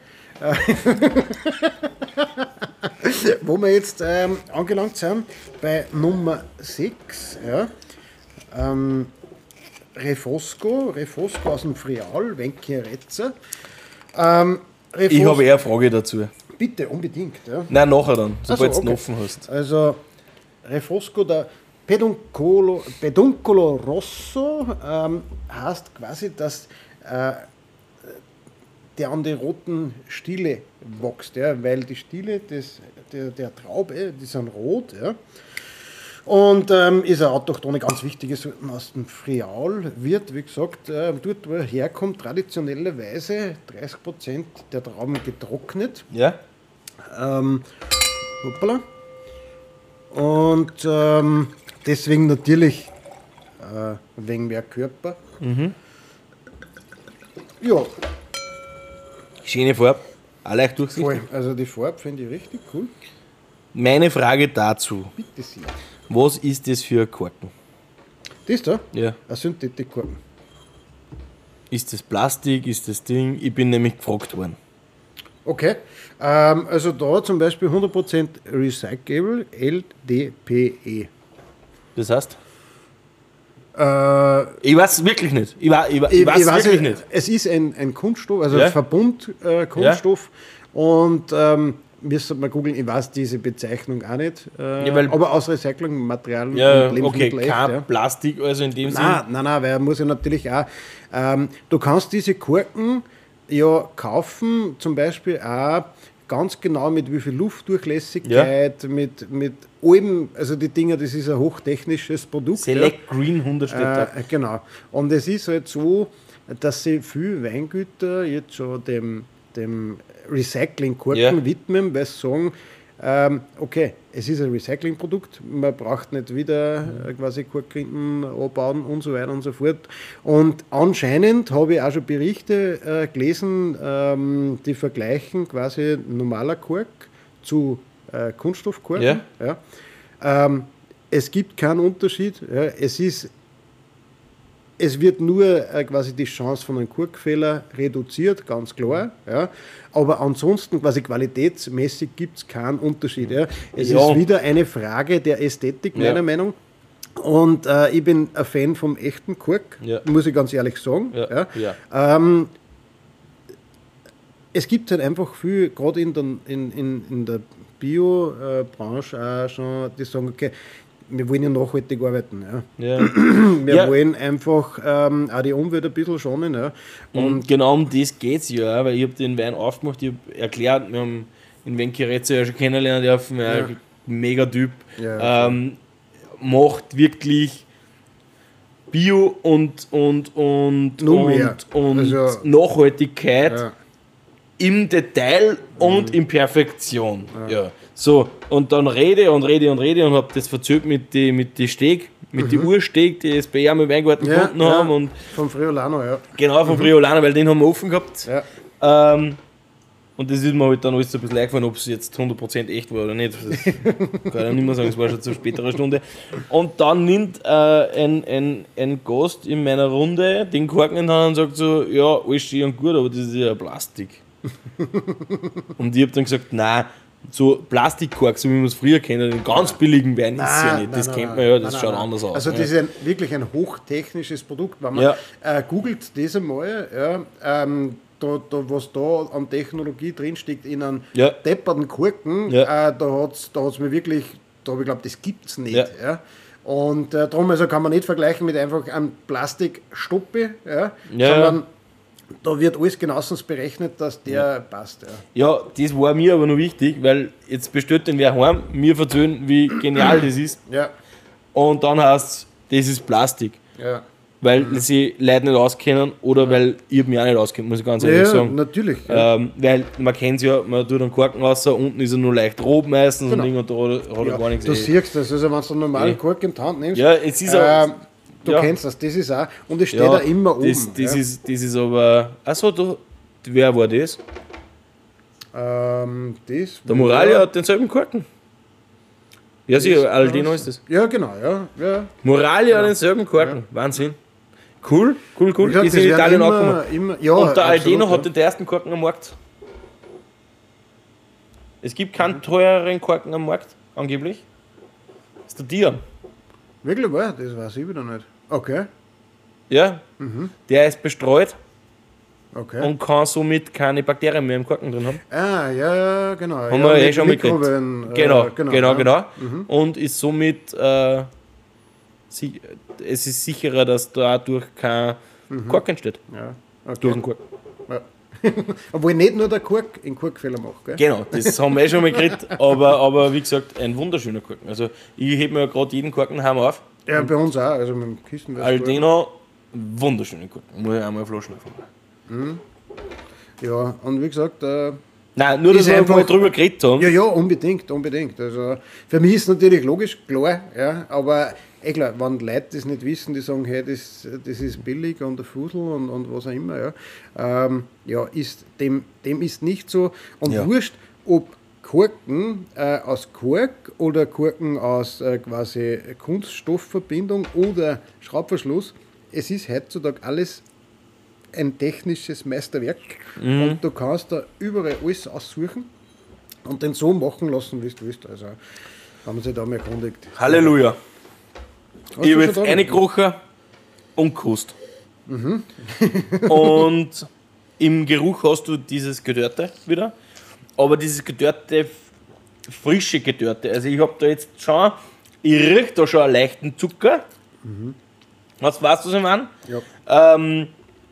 Wo wir jetzt ähm, angelangt sind, bei Nummer sechs. Ja, ähm, Refosco, Refosco aus dem Friaul, Venchierezza. Ähm, ich habe eher eine Frage dazu. Bitte, unbedingt. Ja. Nein, nachher dann, sobald so, du okay. offen hast. Also, Refosco, der Peduncolo, Peduncolo Rosso, ähm, heißt quasi, dass äh, der an die roten Stiele wächst, ja, weil die Stiele des, der, der Traube, die sind rot. Ja. Und ähm, ist eine autochthone, ganz wichtige Sorten aus dem Friaul, wird, wie gesagt, äh, dort, wo er herkommt, traditionellerweise dreißig Prozent der Trauben getrocknet. Ja. Ähm, hoppala. Und ähm, deswegen natürlich äh, wegen mehr Körper. Mhm. Ja. Schöne Farbe, auch leicht durchsichtig. Voll. Also die Farbe finde ich richtig cool. Meine Frage dazu, Bitte sehr. was ist das für ein Korken? Das da? Ja. Ein Synthetikkorken. Ist das Plastik, ist das Ding? Ich bin nämlich gefragt worden. Okay. Ähm, also da zum Beispiel hundert Prozent Recyclable, L D P E. Das heißt? Äh, ich weiß wirklich nicht. Ich, weiß, ich, ich, ich weiß ich weiß wirklich nicht. nicht. Es ist ein, ein Kunststoff, also ja? ein Verbundkunststoff. Äh, ja? Und ähm, müsste man googeln, ich weiß diese Bezeichnung auch nicht. Äh, ja, weil, aber aus Recyclingmaterialien ja, und Lebensmittel. okay, kein ja. Plastik, also in dem Sinne. Nein, nein, nein, weil er muss ja natürlich auch. Ähm, du kannst diese Korken ja kaufen, zum Beispiel auch ganz genau mit wie viel Luftdurchlässigkeit, ja. mit, mit allem, also die Dinger, das ist ein hochtechnisches Produkt. Select ja. Green hundert steht da. Äh, genau. Und es ist halt so, dass sie viele Weingüter jetzt schon dem, dem Recycling-Korken ja. widmen, weil sie sagen, ähm, okay, es ist ein Recyclingprodukt, man braucht nicht wieder äh, quasi Korkgrinden anbauen und so weiter und so fort. Und anscheinend habe ich auch schon Berichte äh, gelesen, ähm, die vergleichen quasi normaler Kork zu äh, Kunststoffkorken. Ja. Ja. Ähm, es gibt keinen Unterschied. Ja. Es ist es wird nur äh, quasi die Chance von einem Korkfehler reduziert, ganz klar. Ja. Aber ansonsten quasi qualitätsmäßig gibt es keinen Unterschied. Ja. Es Ja. ist wieder eine Frage der Ästhetik, meiner Ja. Meinung. Und äh, ich bin ein Fan vom echten Kork, Ja. muss ich ganz ehrlich sagen. Ja. Ja. Ja. Ähm, es gibt halt einfach viel, gerade in der, in, in, in der Bio-Branche auch schon, die sagen, okay, wir wollen ja nachhaltig arbeiten. Ja. Ja. Wir Ja. wollen einfach ähm, auch die Umwelt ein bisschen schonen. Ja. Und genau um das geht es ja, weil ich habe den Wein aufgemacht, ich habe erklärt, wir haben den Wenkerezzo ja schon kennenlernen dürfen, ja. Ja. Mega Typ, Ja, ähm, macht wirklich Bio und, und, und, Nur und, mehr. und Also- Nachhaltigkeit Ja. im Detail und in Perfektion. Ja. So, und dann rede und rede und rede und habe das verzögert mit den mit die Steg, mit den Ursteg, die das B R im Weingarten Ja, gefunden haben ja. und Vom Friolano, ja. genau von Friolano, weil den haben wir offen gehabt. Ja. Ähm, und das ist mir halt dann alles so ein bisschen eingefallen, ob es jetzt hundert Prozent echt war oder nicht. Das kann ich nicht mehr sagen, es war schon zu späterer Stunde. Und dann nimmt äh, ein, ein, ein Gast in meiner Runde den Korken in die Hand und sagt so, ja, alles schön und gut, aber das ist ja Plastik. Und ich habe dann gesagt, nein, so Plastikkork, so wie man es früher kennt, den ganz billigen Wein ist ja Nein, nicht. nein, Das nein, kennt nein, man ja, das nein, nein, schaut nein. anders aus. Also ja. das ist ein, wirklich ein hochtechnisches Produkt. Wenn man Ja. äh, googelt das einmal, ja, ähm, da, da, was da an Technologie drinsteckt in einem Ja. depperten Korken, Ja. äh, da hat es da hat's mir wirklich, da habe ich geglaubt, das gibt es nicht. Ja. Ja. Und äh, darum also kann man nicht vergleichen mit einfach einem Plastikstoppe, ja, Ja, sondern da wird alles genauestens berechnet, dass der passt. Ja. Ja, das war mir aber noch wichtig, weil jetzt bestellt den wer heim, mir erzählen, wie genial das ist. Ja, Und dann heißt es, das ist Plastik. ja. Weil sie Leute nicht auskennen oder weil ich mich auch nicht auskenne, muss ich ganz ehrlich Ja, sagen. natürlich. Ja. Ähm, weil man kennt es ja, man tut einen Korken raus, unten ist er nur leicht rob meistens Genau. und, Ding, und da hat er, hat er Ja, gar nichts. du eh. siehst das, also wenn du einen normalen Ja. Kork in die Hand nimmst, Ja, es ist auch. ähm, du ja. kennst das, das ist auch, und es steht Ja, da immer oben. Das, das, ja. ist, das ist aber. Achso, du, wer war das? ähm, das Der war- Moralia hat denselben Korken. Ja, sicher, Aldino ist das. Ja, genau, ja. ja. Moralia hat denselben Korken. Wahnsinn. Cool, cool, cool. Wie gesagt, Ist das in werden Italien auch immer, gemacht. immer, ja, Und der absolut, Aldeno ja. hat den ersten Korken am Markt. Es gibt keinen teureren Korken am Markt, angeblich. Das ist der Dian. Wirklich wahr? Das weiß ich wieder nicht. Okay, Ja, Mhm. der ist bestreut okay. und kann somit keine Bakterien mehr im Korken drin haben. ah, ja, ja, genau. Haben ja, wir eh mit schon mitgekriegt. Mikrowellen, äh, Genau, genau, genau. ja. Mhm. Und ist somit, äh, si- es ist sicherer, dass dadurch kein Kork entsteht. Ja, okay. Durch den Kork. Ja. Obwohl nicht nur der Kork einen Korkfehler macht, gell? Genau, das haben wir eh schon mal gekriegt, aber, aber wie gesagt, ein wunderschöner Korken. Also ich hebe mir gerade jeden Korken heim auf. Ja, bei uns auch, also mit dem Kisten. Aldeno, wunderschöne Korken. Muss ich einmal Flaschen aufmachen. Ja, und wie gesagt, äh, Nein, nur, dass Ist wir einfach- mal drüber geredet haben. ja, ja, unbedingt, unbedingt. Also für mich ist natürlich logisch, klar, ja, aber eh klar, wenn Leute das nicht wissen, die sagen, hey, das, das ist billig und der Fusel und, und was auch immer, ja, ähm, ja ist, dem, dem ist nicht so. Und Ja. wurscht, ob Korken äh, aus Kork oder Korken aus äh, quasi Kunststoffverbindung oder Schraubverschluss, es ist heutzutage alles ein technisches Meisterwerk und du kannst da überall alles aussuchen und den so machen lassen, wie du willst. Also haben wir sich da mal erkundigt. Halleluja. Hast Ich du habe schon jetzt da? reingekrochen und gekostet. Mhm. Und im Geruch hast du dieses Gedörrte wieder. Aber dieses Gedörrte, frische Gedörrte. Also ich habe da jetzt schon, ich rieche da schon einen leichten Zucker. Was weißt du, was ich meine? Ja. Ähm,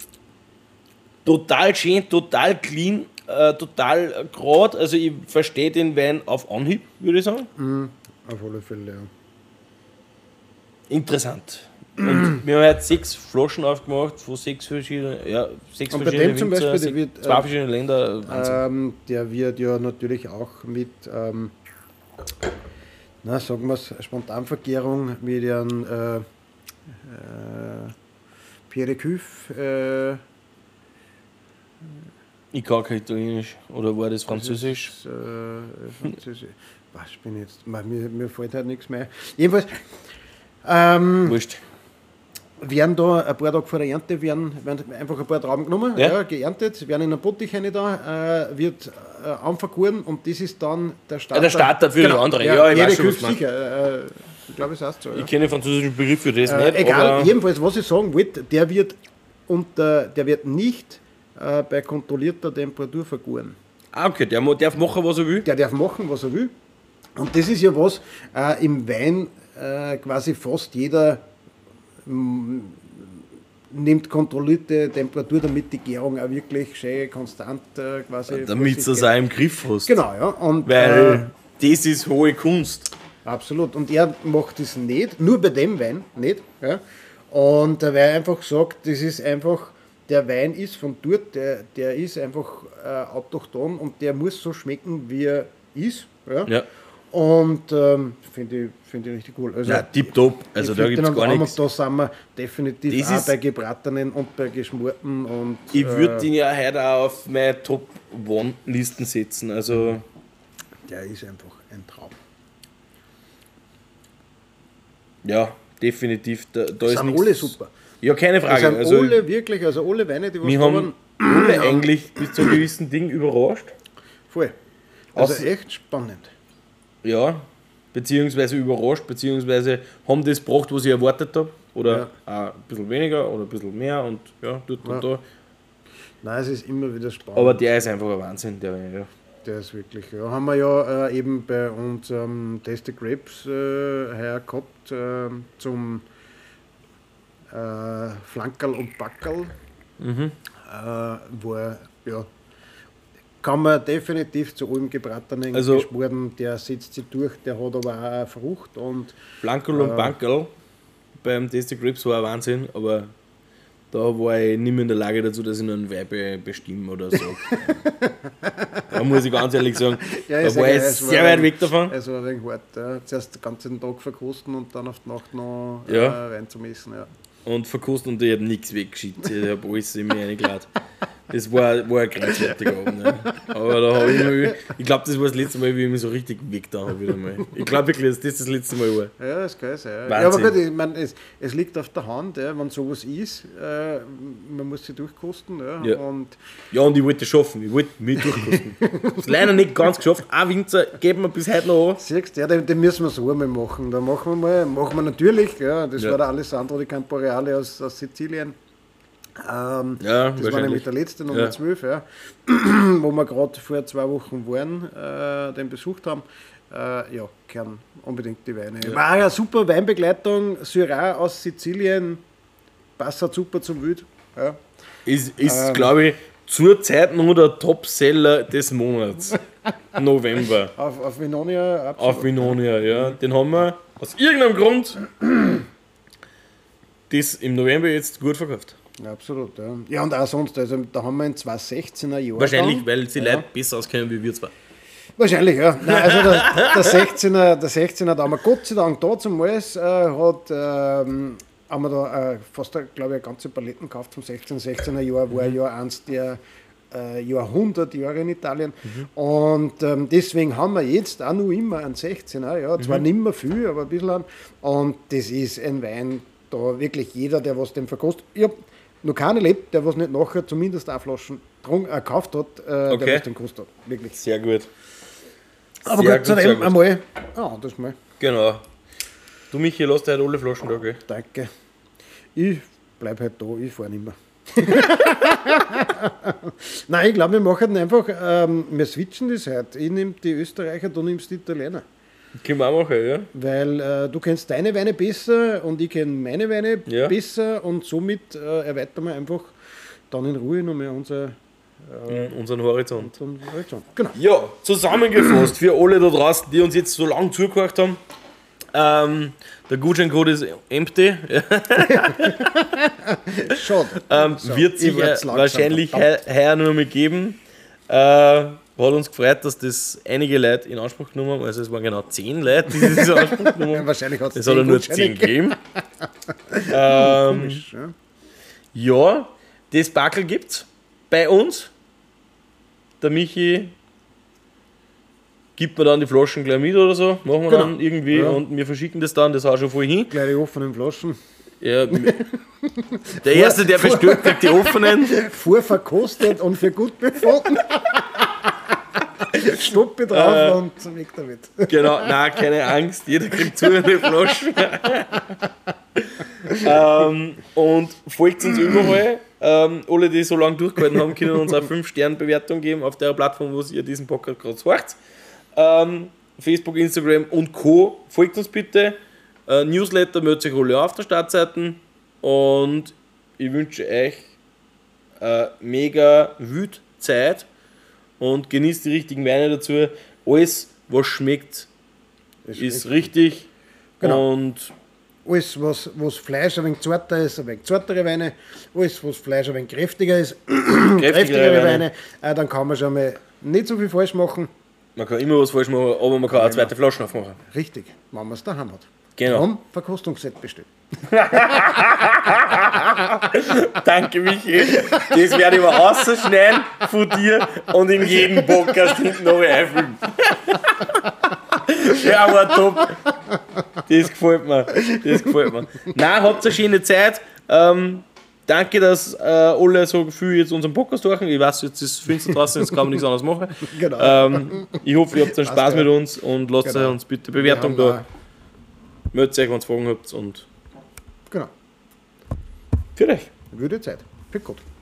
total schön, total clean, äh, total gerad. Also ich verstehe den Wein auf Anhieb, würde ich sagen. Auf alle Fälle, ja. Interessant. Und wir haben jetzt sechs Flaschen aufgemacht von sechs verschiedenen, ja, sechs Und bei verschiedene dem zum Winzer, Beispiel, der sech- wird, zwei äh, verschiedene Länder. Wahnsinn. Ähm, der wird ja natürlich auch mit, ähm, na, sagen wir es, Spontanvergärung mit einem äh, äh, Pierre de Cuve, äh, Ich kann kein Italienisch. Oder war das Französisch? Das ist, äh, Französisch. Was bin ich jetzt? Mei, Mir, mir fällt halt nichts mehr. Jedenfalls, ähm, Wurscht. werden da ein paar Tage vor der Ernte werden, werden einfach ein paar Trauben genommen, Ja. ja, geerntet, werden in einen Bottich rein da, äh, wird äh, anvergoren und das ist dann der Starter. der Starter für das andere. Ja, Ja, ich jede weiß schon, was Küche du meinst. sicher. Äh, ich glaube, es heißt so. Ja. Ich kenne den französischen Begriff für das Äh, nicht. egal, aber jedenfalls, was ich sagen wollte, der wird, unter, der wird nicht äh, bei kontrollierter Temperatur vergoren. ah, okay, der mo- darf machen, was er will. Der darf machen, was er will. Und das ist ja was äh, im Wein äh, quasi fast jeder mm, nimmt kontrollierte Temperatur, damit die Gärung auch wirklich schön konstant äh, quasi. Damit vor du sich es auch im Griff hast. geht. Genau, ja. Und, Weil das ist hohe Kunst. äh, absolut. Und er macht das nicht, nur bei dem Wein nicht. Ja. Und äh, weil er einfach sagt, das ist einfach, der Wein ist von dort, der, der ist einfach äh, autochthon und der muss so schmecken, wie er ist. Ja. Ja. Und ähm, finde ich, find ich richtig cool. Also, Ja, tipptopp. Also ich da find gibt es den gar Raum nichts. Und da sind wir definitiv Das auch ist- bei gebratenen und bei geschmorten. Und, Ich würde äh, ihn ja heute auch auf meine Top-One-Listen setzen. Also, der ist einfach ein Traum. ja, definitiv. Da, da Die ist sind nichts- alle super. Ja, keine Die Frage. sind Also, alle wirklich, also alle Weine, die was wir da haben alle eigentlich bis zu einem gewissen Ding überrascht. voll. Also Aus- echt spannend. Ja, beziehungsweise überrascht, beziehungsweise haben das gebracht, was ich erwartet habe. Oder auch ein bisschen weniger oder ein bisschen mehr und ja, dort Ja. und da. Nein, es ist immer wieder spannend. Aber der ist einfach ein Wahnsinn, der Wein, ja. Der ist wirklich, ja. Haben wir ja äh, eben bei unserem Tasty Grapes äh, heuer gehabt äh, zum äh, Flankerl und Backerl. Mhm. Äh, wo er, ja, kann man definitiv zu allem gebratenen Also- geschmorten, der setzt sich durch, der hat aber auch eine Frucht und Blankerl und Äh. Bankerl beim Tasty Grapes war ein Wahnsinn, aber da war ich nicht mehr in der Lage dazu, dass ich noch einen Wein be- bestimme oder so. Da muss ich ganz ehrlich sagen, Ja, da ich war sag ja, ich es war sehr ein- weit weg davon. also ein wenig hart. Ja. Zuerst den ganzen Tag verkosten und dann auf die Nacht noch Ja. äh, Wein zu messen. Ja. Und verkostet und ich habe nichts weggeschickt. Ich habe alles in mich reingeladen. Das war, war ein grenzwertiger Abend. Ne? Aber da habe ich immer, ich glaube, das war das letzte Mal, wie ich mich so richtig weggetan habe. Wieder mal. Ich glaube wirklich, dass das das letzte Mal war. Ja, das kann sein. Ja. Wahnsinn. Ja, aber gut, ich mein, es, es liegt auf der Hand, ja, wenn sowas ist, äh, man muss sie durchkosten. Ja, Ja. Und Ja, und ich wollte es schaffen. Ich wollte mich durchkosten. Ich habe es leider nicht ganz geschafft. Ein Winzer geben wir bis heute noch an. siehst du, ja, den, den müssen wir so einmal machen. Da machen wir mal, machen wir natürlich, ja, das Ja. war der Alessandro Di Camporeale aus, aus Sizilien. Ähm, Ja, das war nämlich der letzte, Nummer Ja. zwölf, ja, wo wir gerade vor zwei Wochen waren, äh, den besucht haben. Äh, ja, kennen unbedingt die Weine. War ja super Weinbegleitung, Syrah aus Sizilien, passt halt super zum Wild. Ja. Ist, ist Ähm. glaube ich, zurzeit noch der Topseller des Monats. November. Auf, auf Vinonia absolut. Auf Vinonia, ja. Den haben wir aus irgendeinem Grund das im November jetzt gut verkauft. Ja, absolut, ja. Ja, und auch sonst, also da haben wir in zweitausendsechzehner Jahren. Wahrscheinlich, weil sie ja. Leute besser auskennen wie wir zwar. Wahrscheinlich, ja. Nein, also der, der sechzehner, der sechzehner, da haben wir Gott sei Dank da zumals, äh, hat, ähm, haben wir da äh, fast, glaube ich, eine ganze Paletten gekauft vom sechzehnten, sechzehner Jahr, war ja eins der äh, Jahrhundert Jahre in Italien. Und ähm, deswegen haben wir jetzt auch noch immer einen sechzehner, ja, zwar nicht mehr viel, aber ein bisschen an. Und das ist ein Wein, da wirklich jeder, der was den verkostet. Ich habe noch keinen erlebt, der was nicht nachher zumindest auch Flaschen trunk, äh, gekauft hat, äh, Okay. der was den gekostet hat. Wirklich. Sehr gut. Aber Sehr gut, zu gut, sehr dem gut. einmal. Ah, das mal. Genau. Du, Michi, lass dir halt alle Flaschen da, gell? Danke. Ich bleibe halt da, ich fahre nicht mehr. Nein, ich glaube, wir machen einfach, ähm, wir switchen das heute. Ich nehme die Österreicher, du nimmst die Italiener. Können wir auch machen, ja? Weil äh, du kennst deine Weine besser und ich kenne meine Weine Ja. besser und somit äh, erweitern wir einfach dann in Ruhe noch mehr unser, In unseren Horizont. unseren Horizont. Genau. Ja, zusammengefasst für alle da draußen, die uns jetzt so lange zugehört haben. Ähm, der Gutscheincode ist empty. Ja, Schade. ähm, So, wird ich sich werd's äh, langsam, wahrscheinlich verdammt. he heuer nur mehr geben. Äh, hat uns gefreut, dass das einige Leute in Anspruch genommen haben. Also es waren genau zehn Leute, die das in Anspruch genommen Ja, haben. wahrscheinlich hat Es hat ja nur zehn gegeben. ähm, Komisch, ja. ja, das Backel gibt's bei uns. Der Michi gibt mir dann die Flaschen gleich mit oder so. Machen wir Genau. dann irgendwie Ja. und wir verschicken das dann, das auch schon voll hin. Gleich die offenen Flaschen. Ja, der Erste, der bestellt, kriegt die offenen. Vorverkostet und für gut befunden. Stoppe drauf Äh, und weg damit. Genau, nein, keine Angst, jeder kriegt zu eine Flasche. ähm, und folgt uns überall. Ähm, alle, die so lange durchgehalten haben, können uns eine fünf Sterne Bewertung geben auf der Plattform, wo ihr diesen Podcast gerade hört. Ähm, Facebook, Instagram und Co. Folgt uns bitte. Äh, Newsletter meldet sich alle auf der Startseite. Und ich wünsche euch eine mega wüt Zeit und genießt die richtigen Weine dazu. Alles, was schmeckt, ist, ist richtig. Genau. Und alles, was, was Fleisch ein wenig zarter ist, ein wenig zartere Weine. Alles, was Fleisch ein wenig kräftiger ist, kräftigere Weine. Weine. Äh, dann kann man schon mal nicht so viel falsch machen. Man kann immer was falsch machen, aber man kann auch eine zweite Flasche aufmachen. Richtig, wenn man es daheim hat. Genau. Darum Verkostungsset bestellen. Danke, Michi. Das werde ich mal rausschneiden von dir und in jedem Podcast hinten noch einfügen. Ja, aber top. Das gefällt mir. Das gefällt mir. Nein, habt eine schöne Zeit. Ähm, danke, dass äh, alle so viel jetzt unseren Podcast machen. Ich weiß, jetzt ist es finster draußen, jetzt kann man nichts anderes machen. Genau. Ähm, ich hoffe, ihr habt einen Spaß Passt, mit uns und lasst genau. uns bitte Bewertung da. Meldet euch, wenn ihr Fragen habt und Genau. für euch. Würde Zeit. Für gut.